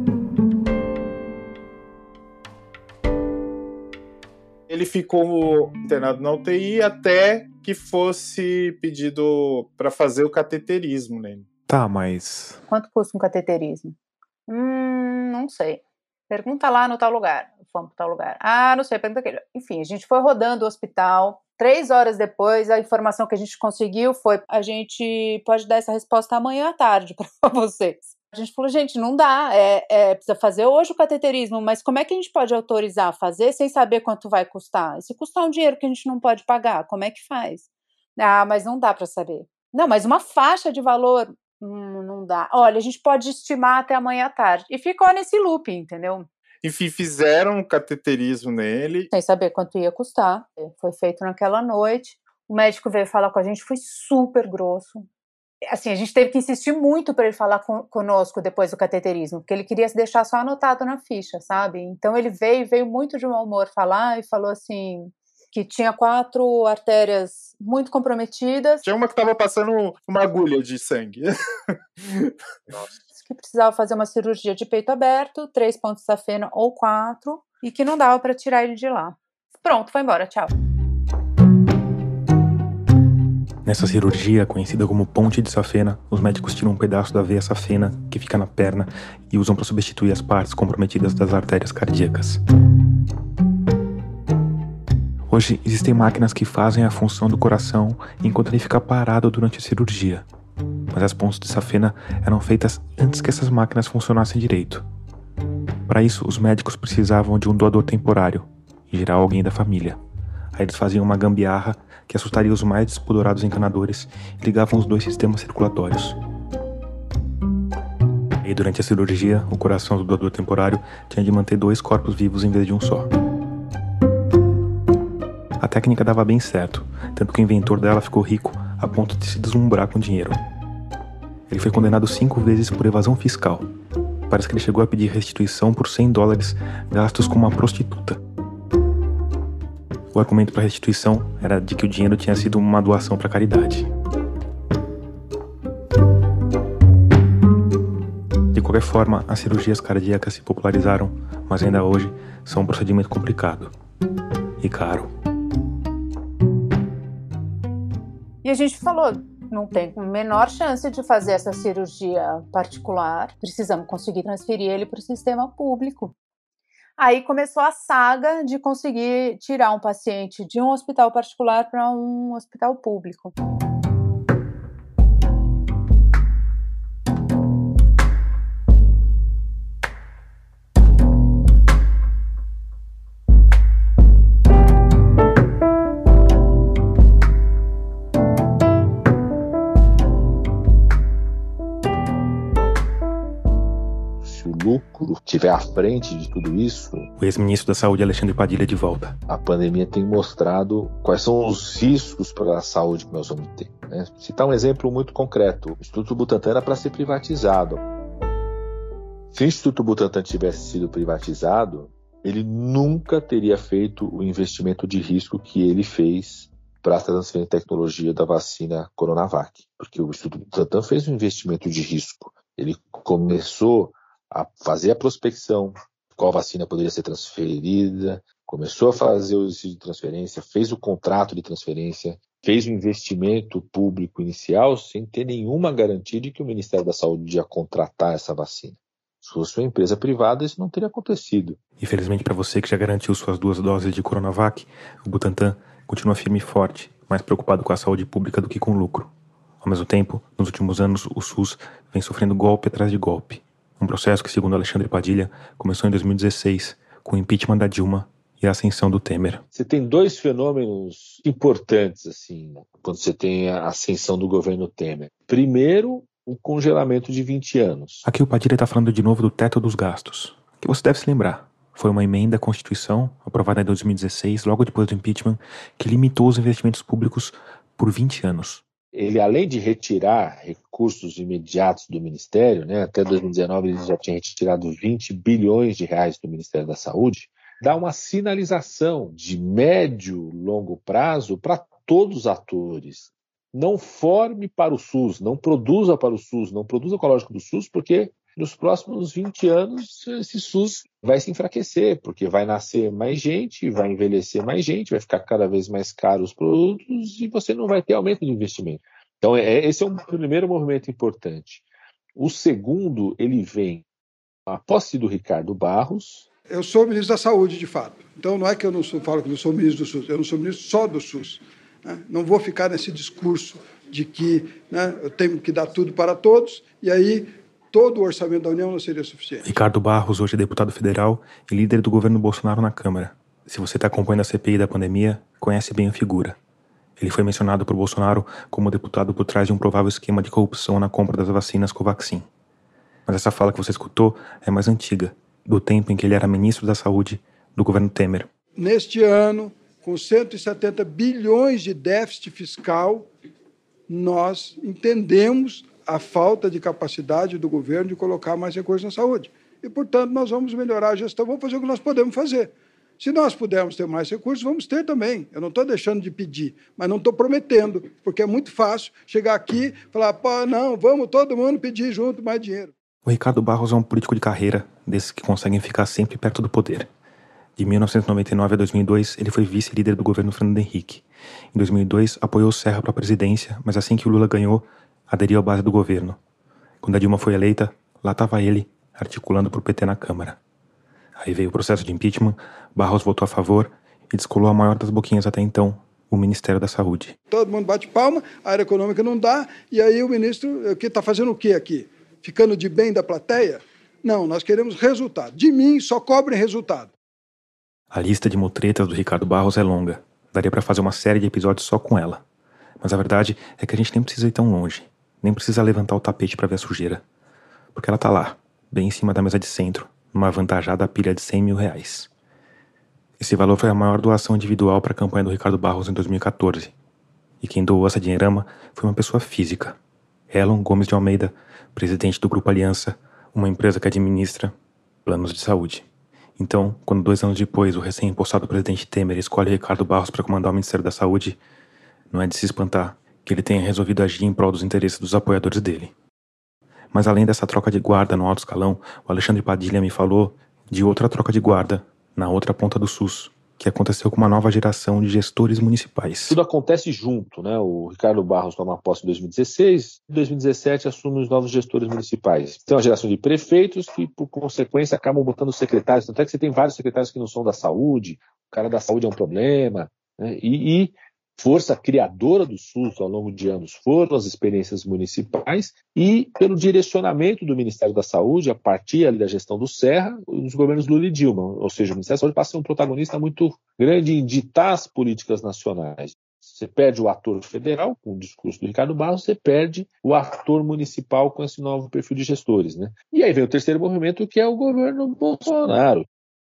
Ele ficou internado na U T I até que fosse pedido para fazer o cateterismo nele. Tá, mas... Quanto custa um cateterismo? Hum, não sei. Pergunta lá no tal lugar. Vamos para tal lugar. Ah, não sei, pergunta aquele. Enfim, a gente foi rodando o hospital. Três horas depois, a informação que a gente conseguiu foi: a gente pode dar essa resposta amanhã à tarde para vocês. A gente falou, gente, não dá, é, é, precisa fazer hoje o cateterismo, mas como é que a gente pode autorizar a fazer sem saber quanto vai custar? E se custar um dinheiro que a gente não pode pagar, como é que faz? Ah, mas não dá para saber. Não, mas uma faixa de valor, hum, não dá. Olha, a gente pode estimar até amanhã à tarde. E ficou nesse loop, entendeu? Enfim, fizeram um cateterismo nele. Sem saber quanto ia custar. Foi feito naquela noite. O médico veio falar com a gente, foi super grosso. Assim, a gente teve que insistir muito para ele falar com, conosco depois do cateterismo, porque ele queria se deixar só anotado na ficha, sabe? Então ele veio, veio muito de mau humor falar e falou assim, que tinha quatro artérias muito comprometidas. Tinha uma que estava passando uma agulha de sangue. Nossa. Que precisava fazer uma cirurgia de peito aberto, três pontos de safena ou quatro, e que não dava para tirar ele de lá. Pronto, foi embora, tchau. Nessa cirurgia, conhecida como ponte de safena, os médicos tiram um pedaço da veia safena, que fica na perna, e usam para substituir as partes comprometidas das artérias cardíacas. Hoje, existem máquinas que fazem a função do coração enquanto ele fica parado durante a cirurgia. Mas as pontes de safena eram feitas antes que essas máquinas funcionassem direito. Para isso, os médicos precisavam de um doador temporário, em geral alguém da família. Aí eles faziam uma gambiarra que assustaria os mais despodorados encanadores e ligavam os dois sistemas circulatórios. E durante a cirurgia, o coração do doador temporário tinha de manter dois corpos vivos em vez de um só. A técnica dava bem certo, tanto que o inventor dela ficou rico a ponto de se deslumbrar com dinheiro. Ele foi condenado cinco vezes por evasão fiscal. Parece que ele chegou a pedir restituição por cem dólares gastos com uma prostituta. O argumento para restituição era de que o dinheiro tinha sido uma doação para caridade. De qualquer forma, as cirurgias cardíacas se popularizaram, mas ainda hoje são um procedimento complicado e caro. E a gente falou, não tem a menor chance de fazer essa cirurgia particular, precisamos conseguir transferir ele para o sistema público. Aí começou a saga de conseguir tirar um paciente de um hospital particular para um hospital público. lucro estiver à frente de tudo isso... O ex-ministro da Saúde, Alexandre Padilha, de volta. A pandemia tem mostrado quais são os riscos para a saúde que nós vamos ter, né? Citar um exemplo muito concreto. O Instituto Butantan era para ser privatizado. Se o Instituto Butantan tivesse sido privatizado, ele nunca teria feito o investimento de risco que ele fez para a transferência de tecnologia da vacina Coronavac. Porque o Instituto Butantan fez um investimento de risco. Ele começou a fazer a prospecção, qual vacina poderia ser transferida, começou a fazer o exercício de transferência, fez o contrato de transferência, fez o investimento público inicial sem ter nenhuma garantia de que o Ministério da Saúde ia contratar essa vacina. Se fosse uma empresa privada, isso não teria acontecido. Infelizmente para você que já garantiu suas duas doses de Coronavac, o Butantan continua firme e forte, mais preocupado com a saúde pública do que com o lucro. Ao mesmo tempo, nos últimos anos, o SUS vem sofrendo golpe atrás de golpe. Um processo que, segundo Alexandre Padilha, começou em dois mil e dezesseis, com o impeachment da Dilma e a ascensão do Temer. Você tem dois fenômenos importantes, assim, quando você tem a ascensão do governo Temer. Primeiro, o congelamento de vinte anos. Aqui o Padilha está falando de novo do teto dos gastos, que você deve se lembrar. foi uma emenda à Constituição, aprovada em dois mil e dezesseis, logo depois do impeachment, que limitou os investimentos públicos por vinte anos. Ele, além de retirar recursos imediatos do Ministério, né, até dois mil e dezenove ele já tinha retirado vinte bilhões de reais do Ministério da Saúde, dá uma sinalização de médio e longo prazo para todos os atores. Não forme para o SUS, não produza para o SUS, não produza com a lógica do SUS, porque nos próximos vinte anos esse SUS vai se enfraquecer, porque vai nascer mais gente, vai envelhecer mais gente, vai ficar cada vez mais caros os produtos e você não vai ter aumento de investimento. Então é, esse é um primeiro movimento importante. O segundo, ele vem a posse do Ricardo Barros. Eu sou ministro da Saúde, de fato. Então não é que eu não sou, falo que eu sou ministro do SUS, eu não sou ministro só do SUS. Né? Não vou ficar nesse discurso de que, né, eu tenho que dar tudo para todos e aí todo o orçamento da União não seria suficiente. Ricardo Barros hoje é deputado federal e líder do governo Bolsonaro na Câmara. Se você está acompanhando a C P I da pandemia, conhece bem a figura. Ele foi mencionado por Bolsonaro como deputado por trás de um provável esquema de corrupção na compra das vacinas Covaxin. Mas essa fala que você escutou é mais antiga, do tempo em que ele era ministro da Saúde do governo Temer. Neste ano, com cento e setenta bilhões de déficit fiscal, nós entendemos a falta de capacidade do governo de colocar mais recursos na saúde. E, portanto, nós vamos melhorar a gestão, vamos fazer o que nós podemos fazer. Se nós pudermos ter mais recursos, vamos ter também. Eu não estou deixando de pedir, mas não estou prometendo, porque é muito fácil chegar aqui e falar, pô, não, vamos todo mundo pedir junto mais dinheiro. O Ricardo Barros é um político de carreira, desses que conseguem ficar sempre perto do poder. De mil novecentos e noventa e nove a dois mil e dois, ele foi vice-líder do governo Fernando Henrique. Em dois mil e dois, apoiou o Serra para a presidência, mas assim que o Lula ganhou, aderiu à base do governo. Quando a Dilma foi eleita, lá estava ele, articulando para o P T na Câmara. Aí veio o processo de impeachment, Barros votou a favor e descolou a maior das boquinhas até então, o Ministério da Saúde. Todo mundo bate palma, a área econômica não dá, e aí o ministro que está fazendo o quê aqui? Ficando de bem da plateia? Não, nós queremos resultado. De mim, só cobrem resultado. A lista de mutretas do Ricardo Barros é longa. Daria para fazer uma série de episódios só com ela. Mas a verdade é que a gente nem precisa ir tão longe. Nem precisa levantar o tapete para ver a sujeira. Porque ela tá lá, bem em cima da mesa de centro, numa avantajada pilha de cem mil reais. Esse valor foi a maior doação individual para a campanha do Ricardo Barros em dois mil e catorze. E quem doou essa dinheirama foi uma pessoa física. Elon Gomes de Almeida, presidente do Grupo Aliança, uma empresa que administra planos de saúde. Então, quando dois anos depois o recém-impostado presidente Temer escolhe Ricardo Barros para comandar o Ministério da Saúde, não é de se espantar que ele tenha resolvido agir em prol dos interesses dos apoiadores dele. Mas além dessa troca de guarda no alto escalão, o Alexandre Padilha me falou de outra troca de guarda na outra ponta do SUS, que aconteceu com uma nova geração de gestores municipais. Tudo acontece junto, né? O Ricardo Barros toma posse em dois mil e dezesseis, em dois mil e dezessete assume os novos gestores municipais. Tem uma geração de prefeitos que, por consequência, acabam botando secretários. Tanto é que você tem vários secretários que não são da saúde, o cara da saúde é um problema, né? E, e força criadora do SUS ao longo de anos foram as experiências municipais e pelo direcionamento do Ministério da Saúde, a partir ali da gestão do Serra, nos governos Lula e Dilma. Ou seja, o Ministério da Saúde passa a ser um protagonista muito grande em ditar as políticas nacionais. Você perde o ator federal, com o discurso do Ricardo Barros, você perde o ator municipal com esse novo perfil de gestores, né? E aí vem o terceiro movimento, que é o governo Bolsonaro.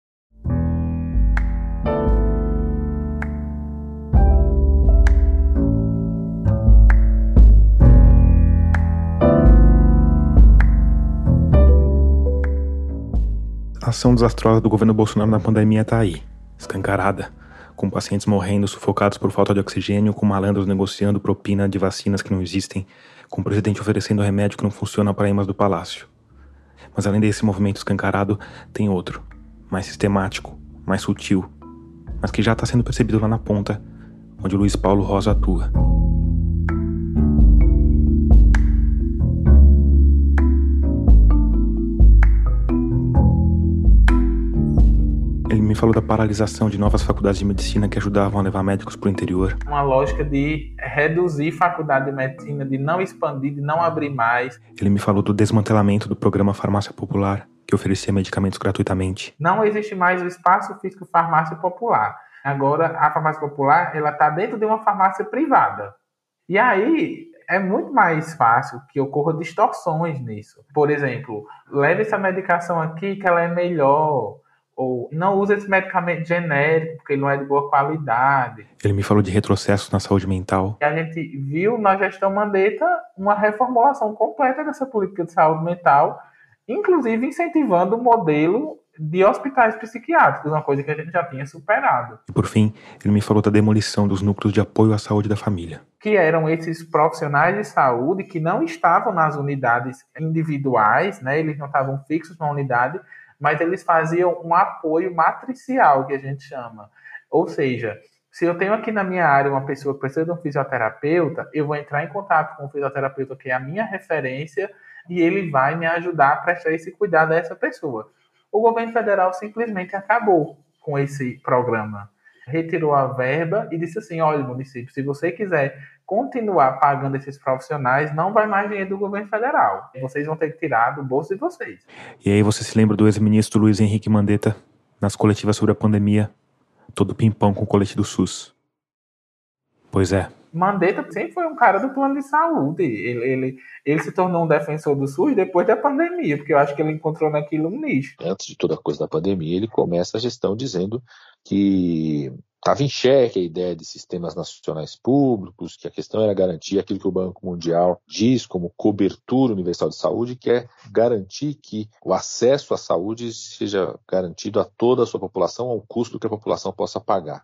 A ação desastrosa do governo Bolsonaro na pandemia está aí, escancarada, com pacientes morrendo sufocados por falta de oxigênio, com malandros negociando propina de vacinas que não existem, com o presidente oferecendo remédio que não funciona para imãs do palácio. Mas além desse movimento escancarado, tem outro, mais sistemático, mais sutil, mas que já está sendo percebido lá na ponta, onde o Luiz Paulo Rosa atua. Ele me falou da paralisação de novas faculdades de medicina que ajudavam a levar médicos para o interior. Uma lógica de reduzir faculdade de medicina, de não expandir, de não abrir mais. Ele me falou do desmantelamento do programa Farmácia Popular, que oferecia medicamentos gratuitamente. Não existe mais o espaço físico farmácia popular. Agora, a farmácia popular ela está dentro de uma farmácia privada. E aí é muito mais fácil que ocorram distorções nisso. Por exemplo, leve essa medicação aqui que ela é melhor. ou não usa esse medicamento genérico porque ele não é de boa qualidade. Ele me falou de retrocessos na saúde mental. E a gente viu na gestão Mandetta uma reformulação completa dessa política de saúde mental, inclusive incentivando o modelo de hospitais psiquiátricos, uma coisa que a gente já tinha superado. E por fim, ele me falou da demolição dos núcleos de apoio à saúde da família. Que eram esses profissionais de saúde que não estavam nas unidades individuais, né? Eles não estavam fixos na unidade, mas eles faziam um apoio matricial, que a gente chama. Ou seja, se eu tenho aqui na minha área uma pessoa que precisa de um fisioterapeuta, eu vou entrar em contato com o fisioterapeuta, que é a minha referência, e ele vai me ajudar a prestar esse cuidado a essa pessoa. O governo federal simplesmente acabou com esse programa. Retirou a verba e disse assim, olha, município, se você quiser continuar pagando esses profissionais, não vai mais dinheiro do governo federal. Vocês vão ter que tirar do bolso de vocês. E aí você se lembra do ex-ministro Luiz Henrique Mandetta, nas coletivas sobre a pandemia, todo pimpão com o colete do SUS. Pois é. Mandetta sempre foi um cara do plano de saúde. Ele, ele, ele se tornou um defensor do SUS depois da pandemia, porque eu acho que ele encontrou naquilo um nicho. Antes de toda a coisa da pandemia, ele começa a gestão dizendo que estava em xeque a ideia de sistemas nacionais públicos, que a questão era garantir aquilo que o Banco Mundial diz como cobertura universal de saúde, que é garantir que o acesso à saúde seja garantido a toda a sua população, ao custo que a população possa pagar.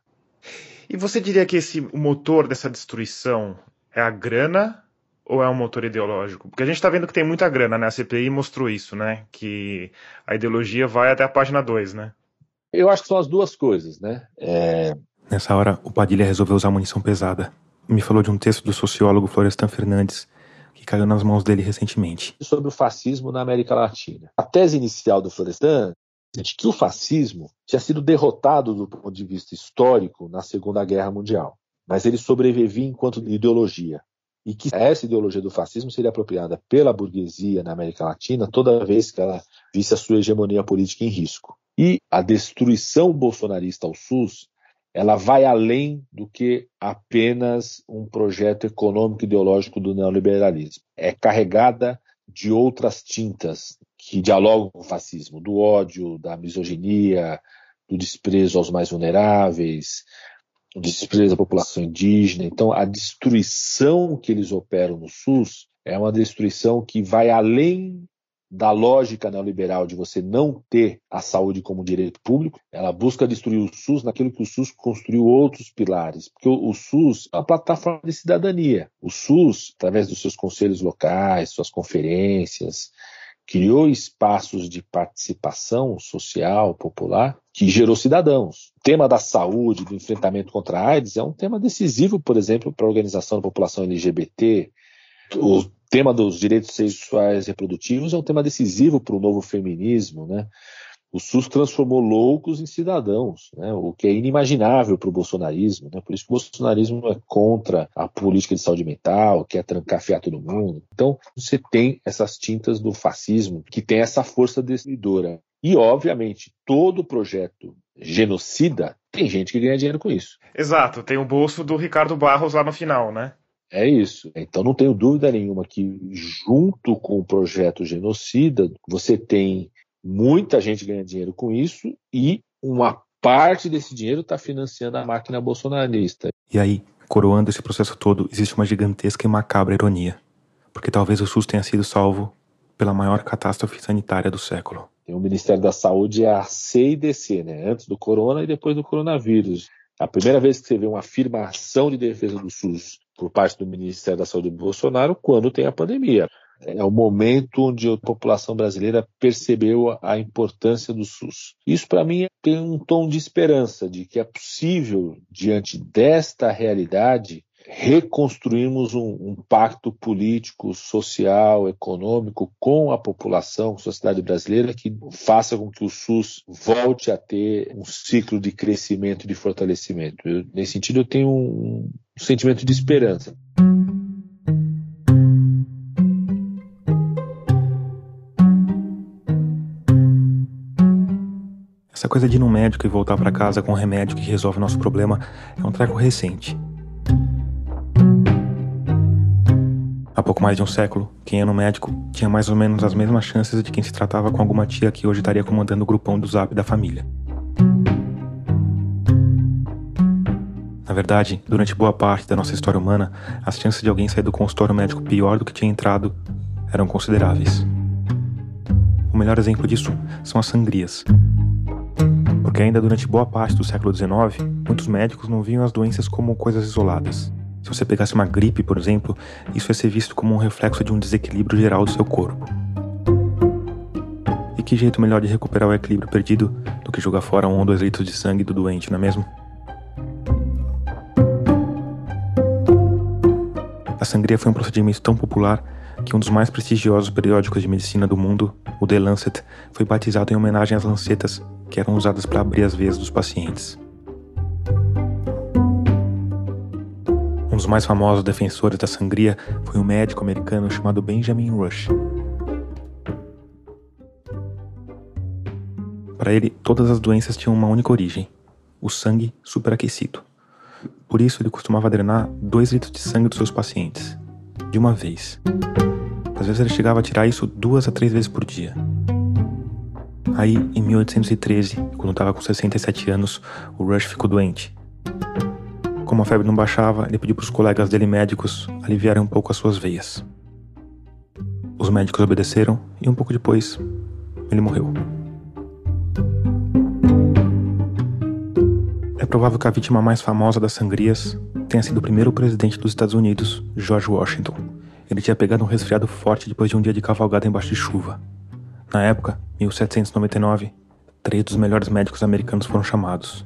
E você diria que esse o motor dessa destruição é a grana ou é um motor ideológico? Porque a gente está vendo que tem muita grana, né? A C P I mostrou isso, né? Que a ideologia vai até a página dois, né? Eu acho que são as duas coisas, né? É... Nessa hora, o Padilha resolveu usar munição pesada. Me falou de um texto do sociólogo Florestan Fernandes, que caiu nas mãos dele recentemente. Sobre o fascismo na América Latina. A tese inicial do Florestan é de que o fascismo tinha sido derrotado do ponto de vista histórico na Segunda Guerra Mundial, mas ele sobrevivia enquanto ideologia, e que essa ideologia do fascismo seria apropriada pela burguesia na América Latina toda vez que ela visse a sua hegemonia política em risco. E a destruição bolsonarista ao SUS, ela vai além do que apenas um projeto econômico ideológico do neoliberalismo. É carregada de outras tintas que dialogam com o fascismo, do ódio, da misoginia, do desprezo aos mais vulneráveis, do desprezo à população indígena. Então, a destruição que eles operam no SUS é uma destruição que vai além da lógica neoliberal de você não ter a saúde como direito público. Ela busca destruir o SUS naquilo que o SUS construiu outros pilares, porque o, o SUS é uma plataforma de cidadania. O SUS, através dos seus conselhos locais, suas conferências, criou espaços de participação social, popular, que gerou cidadãos. O tema da saúde, do enfrentamento contra a AIDS, é um tema decisivo, por exemplo, para a organização da população L G B T. O tema dos direitos sexuais e reprodutivos é um tema decisivo para o novo feminismo, né? O SUS transformou loucos em cidadãos, né? O que é inimaginável para o bolsonarismo, né? Por isso que o bolsonarismo é contra a política de saúde mental, quer trancafiar todo mundo. Então, você tem essas tintas do fascismo que tem essa força destruidora. E, obviamente, todo projeto genocida tem gente que ganha dinheiro com isso. Exato, tem o bolso do Ricardo Barros lá no final, né? É isso. Então não tenho dúvida nenhuma que junto com o projeto genocida, você tem muita gente ganhando dinheiro com isso e uma parte desse dinheiro está financiando a máquina bolsonarista. E aí, coroando esse processo todo, existe uma gigantesca e macabra ironia. Porque talvez o SUS tenha sido salvo pela maior catástrofe sanitária do século. Tem o Ministério da Saúde, é a C e D C, né? Antes do corona e depois do coronavírus. A primeira vez que você vê uma afirmação de defesa do SUS por parte do Ministério da Saúde do Bolsonaro, quando tem a pandemia. É o momento onde a população brasileira percebeu a importância do SUS. Isso, para mim, tem um tom de esperança, de que é possível, diante desta realidade, reconstruirmos um, um pacto político, social, econômico com a população, com a sociedade brasileira, que faça com que o SUS volte a ter um ciclo de crescimento e de fortalecimento. Eu, nesse sentido, eu tenho um, um sentimento de esperança. Essa coisa de ir no médico e voltar para casa com um remédio que resolve o nosso problema é um treco recente. Há pouco mais de um século, quem ia no médico tinha mais ou menos as mesmas chances de quem se tratava com alguma tia que hoje estaria comandando o grupão do Zap da família. Na verdade, durante boa parte da nossa história humana, as chances de alguém sair do consultório médico pior do que tinha entrado eram consideráveis. O melhor exemplo disso são as sangrias. Porque ainda durante boa parte do século dezenove, muitos médicos não viam as doenças como coisas isoladas. Se você pegasse uma gripe, por exemplo, isso ia ser visto como um reflexo de um desequilíbrio geral do seu corpo. E que jeito melhor de recuperar o equilíbrio perdido do que jogar fora um ou dois litros de sangue do doente, não é mesmo? A sangria foi um procedimento tão popular que um dos mais prestigiosos periódicos de medicina do mundo, o The Lancet, foi batizado em homenagem às lancetas que eram usadas para abrir as veias dos pacientes. Um dos mais famosos defensores da sangria foi um médico americano chamado Benjamin Rush. Para ele, todas as doenças tinham uma única origem: o sangue superaquecido. Por isso, ele costumava drenar dois litros de sangue dos seus pacientes, de uma vez. Às vezes ele chegava a tirar isso duas a três vezes por dia. Aí, em mil oitocentos e treze, quando estava com sessenta e sete anos, o Rush ficou doente. Como a febre não baixava, ele pediu para os colegas dele médicos aliviarem um pouco as suas veias. Os médicos obedeceram e um pouco depois, ele morreu. É provável que a vítima mais famosa das sangrias tenha sido o primeiro presidente dos Estados Unidos, George Washington. Ele tinha pegado um resfriado forte depois de um dia de cavalgada embaixo de chuva. Na época, mil setecentos e noventa e nove, três dos melhores médicos americanos foram chamados.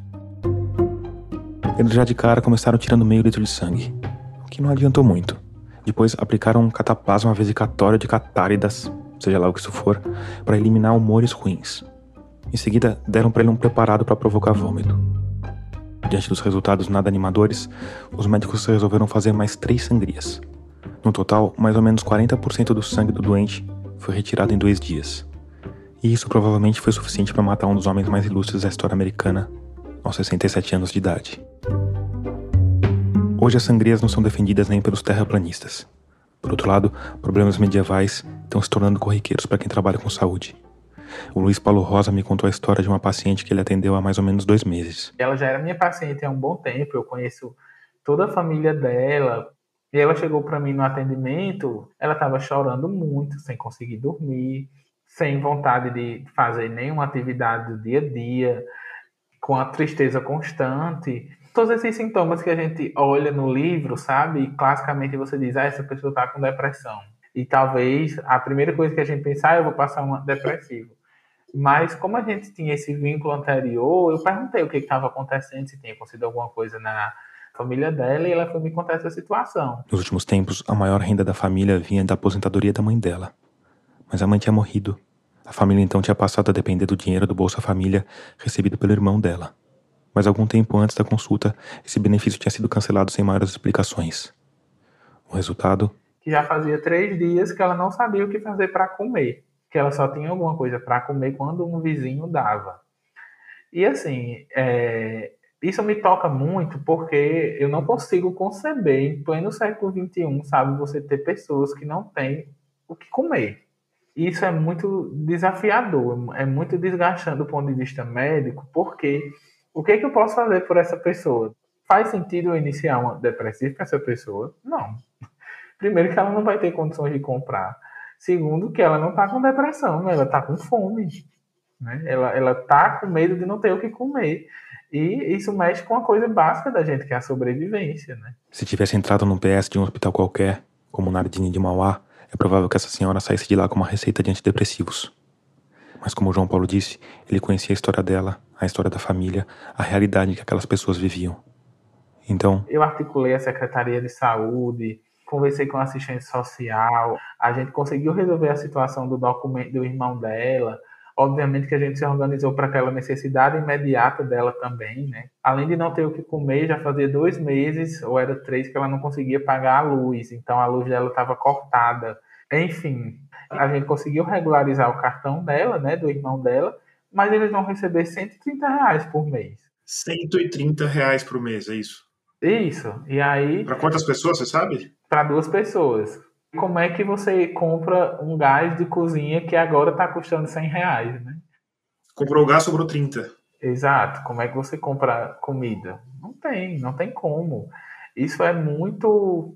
Eles já de cara começaram tirando meio litro de sangue, o que não adiantou muito. Depois aplicaram um cataplasma vesicatório de catáridas, seja lá o que isso for, para eliminar humores ruins. Em seguida, deram para ele um preparado para provocar vômito. Diante dos resultados nada animadores, os médicos resolveram fazer mais três sangrias. No total, mais ou menos quarenta por cento do sangue do doente foi retirado em dois dias. E isso provavelmente foi suficiente para matar um dos homens mais ilustres da história americana, aos sessenta e sete anos de idade. Hoje as sangrias não são defendidas nem pelos terraplanistas. Por outro lado, problemas medievais estão se tornando corriqueiros para quem trabalha com saúde. O Luiz Paulo Rosa me contou a história de uma paciente que ele atendeu há mais ou menos dois meses. Ela já era minha paciente há um bom tempo, eu conheço toda a família dela. E ela chegou para mim no atendimento, ela estava chorando muito, sem conseguir dormir, sem vontade de fazer nenhuma atividade do dia a dia, com a tristeza constante. Todos esses sintomas que a gente olha no livro, sabe? E classicamente você diz, ah, essa pessoa está com depressão. E talvez a primeira coisa que a gente pensar, ah, eu vou passar um depressivo. Mas como a gente tinha esse vínculo anterior, eu perguntei o que estava acontecendo, se tinha acontecido alguma coisa na família dela, e ela foi me contar essa situação. Nos últimos tempos, a maior renda da família vinha da aposentadoria da mãe dela. Mas a mãe tinha morrido. A família então tinha passado a depender do dinheiro do Bolsa Família recebido pelo irmão dela. Mas algum tempo antes da consulta, esse benefício tinha sido cancelado sem maiores explicações. O resultado? Que já fazia três dias que ela não sabia o que fazer para comer. Que ela só tinha alguma coisa para comer quando um vizinho dava. E assim, é... isso me toca muito porque eu não consigo conceber, em pleno século vinte e um, sabe, você ter pessoas que não têm o que comer. Isso é muito desafiador, é muito desgastante do ponto de vista médico, porque o que, é que eu posso fazer por essa pessoa? Faz sentido eu iniciar uma depressiva para essa pessoa? Não. Primeiro que ela não vai ter condições de comprar. Segundo que ela não está com depressão, né? Ela está com fome. Né? Ela está com medo de não ter o que comer. E isso mexe com a coisa básica da gente, que é a sobrevivência, né? Se tivesse entrado num P S de um hospital qualquer, como na Ardini de Mauá, é provável que essa senhora saísse de lá com uma receita de antidepressivos. Mas como o João Paulo disse, ele conhecia a história dela, a história da família, a realidade que aquelas pessoas viviam. Então... eu articulei a Secretaria de Saúde, conversei com a assistente social, a gente conseguiu resolver a situação do documento do irmão dela. Obviamente que a gente se organizou para aquela necessidade imediata dela também, né? Além de não ter o que comer, já fazia dois meses, ou era três, que ela não conseguia pagar a luz. Então a luz dela estava cortada. Enfim, a gente conseguiu regularizar o cartão dela, né, do irmão dela, mas eles vão receber cento e trinta reais por mês. cento e trinta reais por mês, é isso? Isso. E aí... para quantas pessoas, você sabe? Para duas pessoas. Como é que você compra um gás de cozinha que agora está custando cem reais, né? Comprou o gás, sobrou trinta. Exato. Como é que você compra comida? Não tem, não tem como. Isso é muito...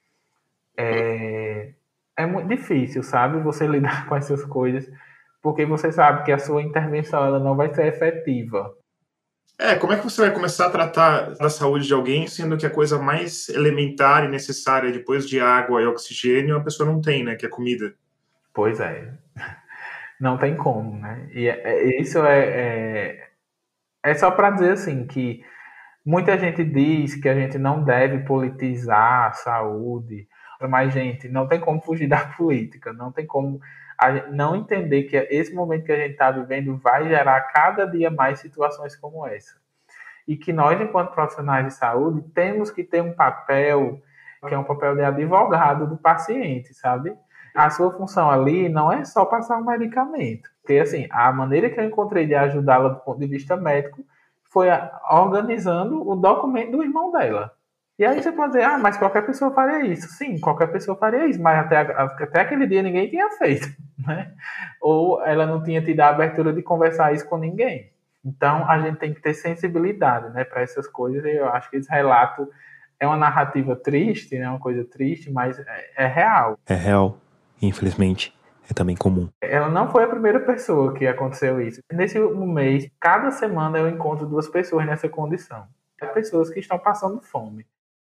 É, é muito difícil, sabe? Você lidar com essas coisas, porque você sabe que a sua intervenção ela não vai ser efetiva. É, como é que você vai começar a tratar da saúde de alguém, sendo que a coisa mais elementar e necessária depois de água e oxigênio a pessoa não tem, né? Que é comida. Pois é. Não tem como, né? E é, é, isso é, é, é só para dizer assim que muita gente diz que a gente não deve politizar a saúde, mas, gente, não tem como fugir da política, não tem como a gente não entender que esse momento que a gente está vivendo vai gerar cada dia mais situações como essa. E que nós, enquanto profissionais de saúde, temos que ter um papel, que é um papel de advogado do paciente, sabe? A sua função ali não é só passar um medicamento. Porque, assim, a maneira que eu encontrei de ajudá-la do ponto de vista médico foi organizando o documento do irmão dela. E aí você pode dizer, ah, mas qualquer pessoa faria isso. Sim, qualquer pessoa faria isso, mas até, até aquele dia ninguém tinha feito, né? Ou ela não tinha tido a abertura de conversar isso com ninguém. Então, a gente tem que ter sensibilidade, né, para essas coisas. E eu acho que esse relato é uma narrativa triste, né, uma coisa triste, mas é, é real. É real. E, infelizmente, é também comum. Ela não foi a primeira pessoa que aconteceu isso. Nesse mês, cada semana eu encontro duas pessoas nessa condição. Pessoas que estão passando fome.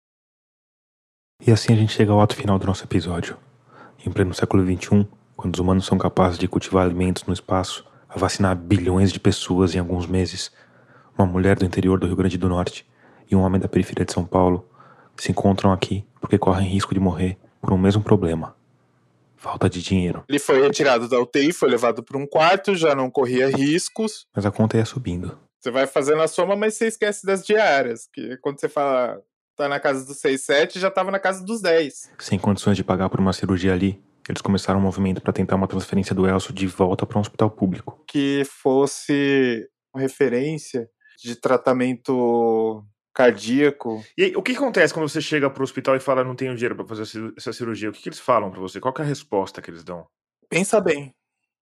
E assim a gente chega ao ato final do nosso episódio. Em pleno século vinte e um, quando os humanos são capazes de cultivar alimentos no espaço, a vacinar bilhões de pessoas em alguns meses, uma mulher do interior do Rio Grande do Norte e um homem da periferia de São Paulo se encontram aqui porque correm risco de morrer por um mesmo problema: falta de dinheiro. Ele foi retirado da U T I, foi levado para um quarto, já não corria riscos. Mas a conta ia subindo. Você vai fazendo a soma, mas você esquece das diárias, que quando você fala tá na casa dos seis, sete, já tava na casa dos dez. Sem condições de pagar por uma cirurgia ali, eles começaram um movimento para tentar uma transferência do Elcio de volta para um hospital público. Que fosse uma referência de tratamento cardíaco. E aí, o que acontece quando você chega pro hospital e fala não tenho dinheiro para fazer essa cirurgia? O que, que eles falam para você? Qual que é a resposta que eles dão? Pensa bem.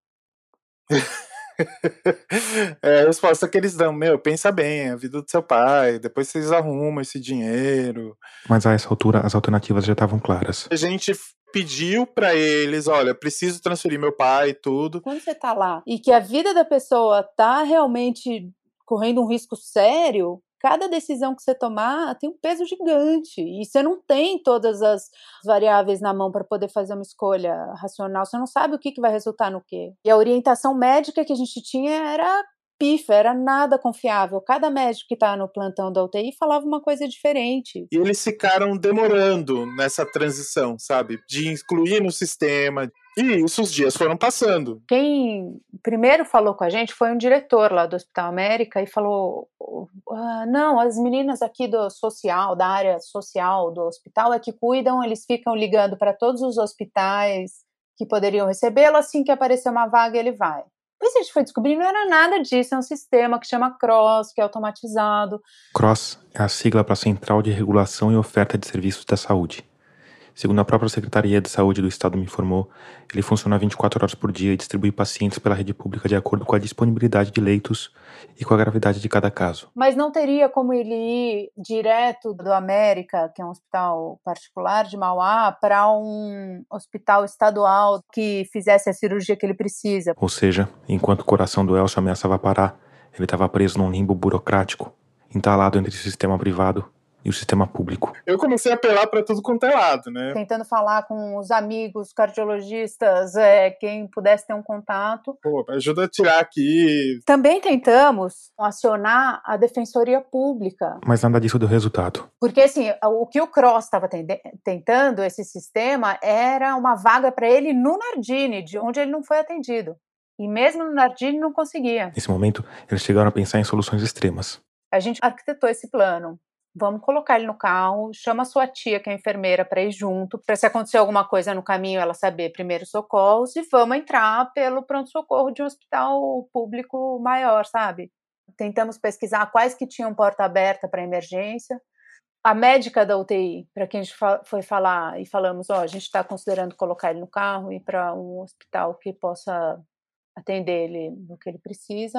É a resposta que eles dão, meu, pensa bem, é a vida do seu pai, depois vocês arrumam esse dinheiro. Mas a essa altura as alternativas já estavam claras. A gente pediu pra eles, olha, preciso transferir meu pai e tudo. Quando você tá lá e que a vida da pessoa tá realmente correndo um risco sério, cada decisão que você tomar tem um peso gigante e você não tem todas as variáveis na mão para poder fazer uma escolha racional, você não sabe o que, que vai resultar no quê. E a orientação médica que a gente tinha era pifa, era nada confiável. Cada médico que estava no plantão da U T I falava uma coisa diferente. E eles ficaram demorando nessa transição, sabe? De incluir no sistema. E isso, os dias foram passando. Quem primeiro falou com a gente foi um diretor lá do Hospital América e falou, ah, não, as meninas aqui do social, da área social do hospital é que cuidam, eles ficam ligando para todos os hospitais que poderiam recebê-lo, assim que aparecer uma vaga ele vai. Depois a gente foi descobrir, não era nada disso, é um sistema que chama CROSS, que é automatizado. CROSS é a sigla para Central de Regulação e Oferta de Serviços da Saúde. Segundo a própria Secretaria de Saúde do Estado me informou, ele funciona vinte e quatro horas por dia e distribui pacientes pela rede pública de acordo com a disponibilidade de leitos e com a gravidade de cada caso. Mas não teria como ele ir direto do América, que é um hospital particular de Mauá, para um hospital estadual que fizesse a cirurgia que ele precisa. Ou seja, enquanto o coração do Elcio ameaçava parar, ele estava preso num limbo burocrático, entalado entre o sistema privado e o sistema público. Eu comecei a apelar para tudo quanto é lado, né? Tentando falar com os amigos cardiologistas, é, quem pudesse ter um contato. Pô, ajuda a tirar aqui. Também tentamos acionar a Defensoria Pública. Mas nada disso deu resultado. Porque, assim, o que o CROSS estava tentando, esse sistema, era uma vaga para ele no Nardini, de onde ele não foi atendido. E mesmo no Nardini não conseguia. Nesse momento, eles chegaram a pensar em soluções extremas. A gente arquitetou esse plano. Vamos colocar ele no carro, chama a sua tia, que é enfermeira, para ir junto, para se acontecer alguma coisa no caminho, ela saber primeiros socorros, e vamos entrar pelo pronto-socorro de um hospital público maior, sabe? Tentamos pesquisar quais que tinham porta aberta para emergência. A médica da U T I, para quem a gente foi falar, e falamos, ó, a gente está considerando colocar ele no carro e ir para um hospital que possa atender ele no que ele precisa,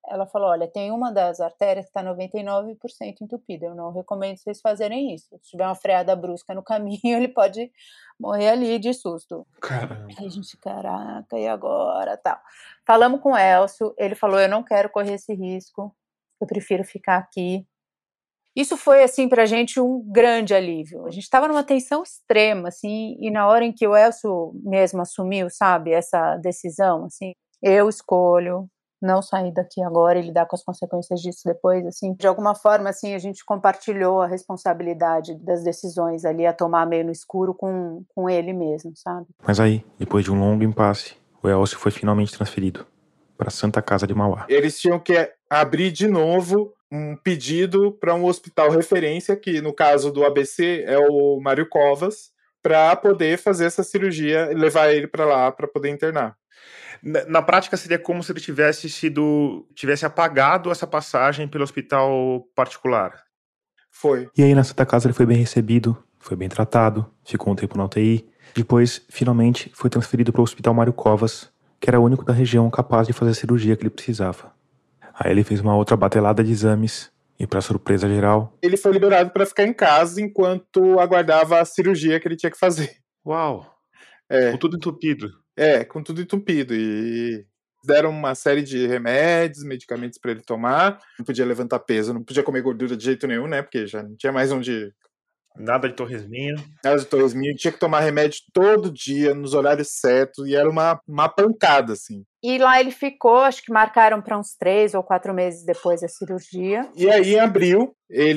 ela falou, olha, tem uma das artérias que está noventa e nove por cento entupida, eu não recomendo vocês fazerem isso. Se tiver uma freada brusca no caminho, ele pode morrer ali de susto. Caramba. Aí a gente, caraca, e agora? Tal. Falamos com o Elcio, ele falou, eu não quero correr esse risco, eu prefiro ficar aqui. Isso foi, assim, pra gente um grande alívio. A gente estava numa tensão extrema, assim, e na hora em que o Elcio mesmo assumiu, sabe, essa decisão, assim, eu escolho não sair daqui agora e lidar com as consequências disso depois, assim. De alguma forma, assim, a gente compartilhou a responsabilidade das decisões ali a tomar meio no escuro com, com ele mesmo, sabe? Mas aí, depois de um longo impasse, o Elcio foi finalmente transferido para a Santa Casa de Mauá. Eles tinham que abrir de novo um pedido para um hospital referência, que no caso do A B C é o Mário Covas, para poder fazer essa cirurgia e levar ele para lá para poder internar. Na, na prática seria como se ele tivesse sido tivesse apagado essa passagem pelo hospital particular. Foi. E aí na Santa Casa ele foi bem recebido, foi bem tratado, ficou um tempo na U T I. Depois, finalmente, foi transferido para o Hospital Mário Covas, que era o único da região capaz de fazer a cirurgia que ele precisava. Aí ele fez uma outra batelada de exames e, para surpresa geral, ele foi liberado para ficar em casa enquanto aguardava a cirurgia que ele tinha que fazer. Uau! É. Com tudo entupido. É, com tudo entupido. E deram uma série de remédios, medicamentos para ele tomar. Não podia levantar peso, não podia comer gordura de jeito nenhum, né? Porque já não tinha mais onde... Nada de torresminho. Nada de torresminho. Tinha que tomar remédio todo dia, nos horários certos. E era uma, uma pancada, assim. E lá ele ficou, acho que marcaram para uns três ou quatro meses depois da cirurgia. E aí, em abril,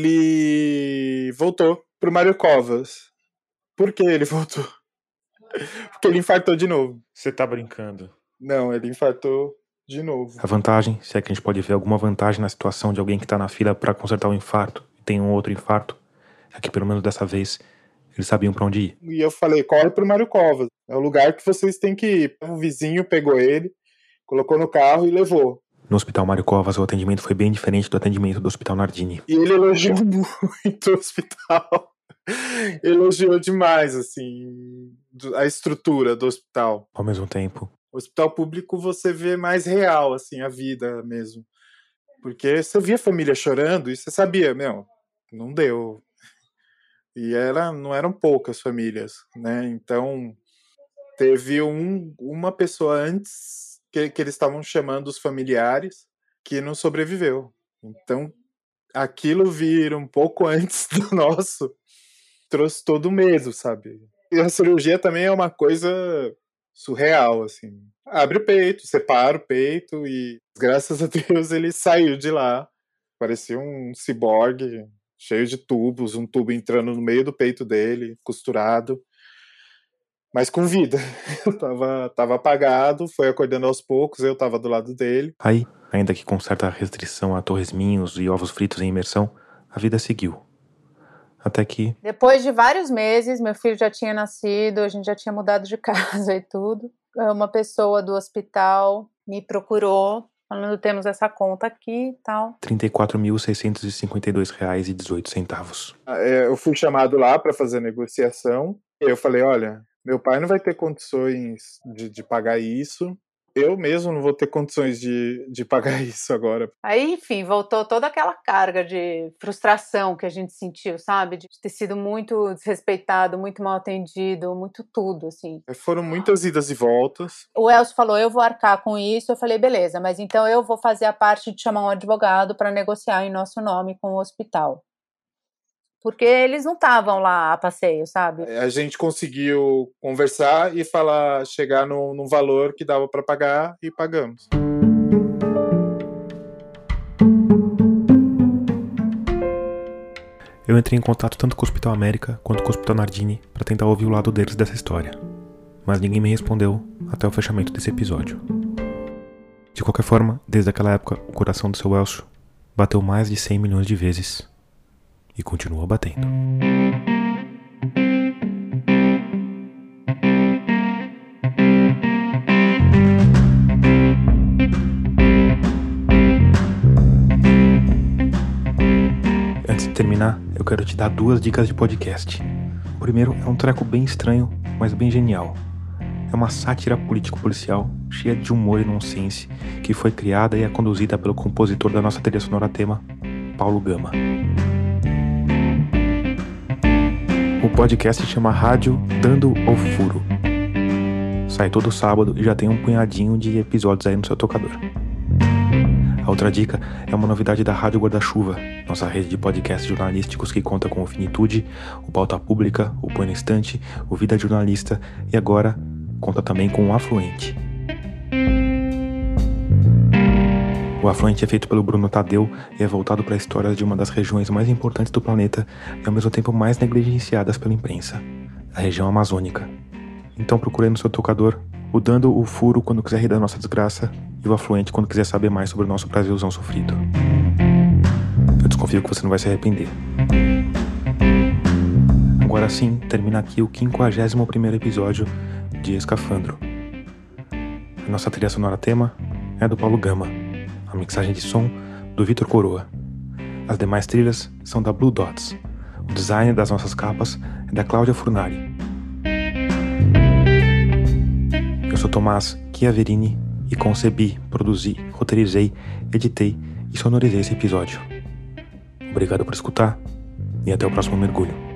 ele voltou pro Mário Covas. Por que ele voltou? Porque ele infartou de novo. Você tá brincando? Não, ele infartou de novo. A vantagem, se é que a gente pode ver alguma vantagem na situação de alguém que tá na fila para consertar um infarto e tem um outro infarto, é que pelo menos dessa vez eles sabiam pra onde ir. E eu falei, corre pro Mário Covas. É o lugar que vocês têm que ir. O vizinho pegou ele, colocou no carro e levou. No Hospital Mário Covas, o atendimento foi bem diferente do atendimento do Hospital Nardini. E ele elogiou muito o hospital. Elogiou demais, assim, a estrutura do hospital. Ao mesmo tempo, o hospital público você vê mais real, assim, a vida mesmo. Porque você via a família chorando e você sabia, meu, não deu. E era, não eram poucas famílias, né? Então, teve um, uma pessoa antes que, que eles estavam chamando os familiares que não sobreviveu. Então, aquilo vir um pouco antes do nosso trouxe todo o medo, sabe? E a cirurgia também é uma coisa surreal, assim. Abre o peito, separa o peito e, graças a Deus, ele saiu de lá. Parecia um ciborgue, cheio de tubos, um tubo entrando no meio do peito dele, costurado, mas com vida. tava, tava apagado, foi acordando aos poucos, eu tava do lado dele. Aí, ainda que com certa restrição a torresminhos e ovos fritos em imersão, a vida seguiu. Até que... Depois de vários meses, meu filho já tinha nascido, a gente já tinha mudado de casa e tudo. Uma pessoa do hospital me procurou, falando, temos essa conta aqui e tal. trinta e quatro mil seiscentos e cinquenta e dois reais e dezoito centavos. Eu fui chamado lá para fazer a negociação. Eu falei, olha, meu pai não vai ter condições de, de pagar isso. Eu mesmo não vou ter condições de, de pagar isso agora. Aí, enfim, voltou toda aquela carga de frustração que a gente sentiu, sabe? De ter sido muito desrespeitado, muito mal atendido, muito tudo, assim. Foram muitas idas e voltas. O Elcio falou, eu vou arcar com isso. Eu falei, beleza, mas então eu vou fazer a parte de chamar um advogado para negociar em nosso nome com o hospital. Porque eles não estavam lá a passeio, sabe? A gente conseguiu conversar e falar, chegar no, num valor que dava para pagar e pagamos. Eu entrei em contato tanto com o Hospital América quanto com o Hospital Nardini para tentar ouvir o lado deles dessa história. Mas ninguém me respondeu até o fechamento desse episódio. De qualquer forma, desde aquela época, o coração do seu Elcio bateu mais de cem milhões de vezes. E continua batendo. Antes de terminar, eu quero te dar duas dicas de podcast. O primeiro é um treco bem estranho, mas bem genial. é uma sátira político-policial cheia de humor e nonsense que foi criada e é conduzida pelo compositor da nossa trilha sonora tema, Paulo Gama. O podcast chama Rádio Dando o Furo. Sai todo sábado e já tem um punhadinho de episódios aí no seu tocador. A outra dica é uma novidade da Rádio Guarda-Chuva, nossa rede de podcasts jornalísticos que conta com o Finitude, o Pauta Pública, o Põe na Estante, o Vida Jornalista e agora conta também com o Afluente. O Afluente é feito pelo Bruno Tadeu e é voltado para a história de uma das regiões mais importantes do planeta e ao mesmo tempo mais negligenciadas pela imprensa, a região amazônica. Então procure no seu tocador o Dando o Furo quando quiser rir da nossa desgraça e o Afluente quando quiser saber mais sobre o nosso Brasilzão sofrido. Eu desconfio que você não vai se arrepender. Agora sim, termina aqui o quinquagésimo primeiro episódio de Escafandro. A nossa trilha sonora tema é do Paulo Gama, a mixagem de som do Vitor Coroa. As demais trilhas são da Blue Dots. O design das nossas capas é da Cláudia Furnari. Eu sou Tomás Chiaverini e concebi, produzi, roteirizei, editei e sonorizei esse episódio. Obrigado por escutar e até o próximo mergulho.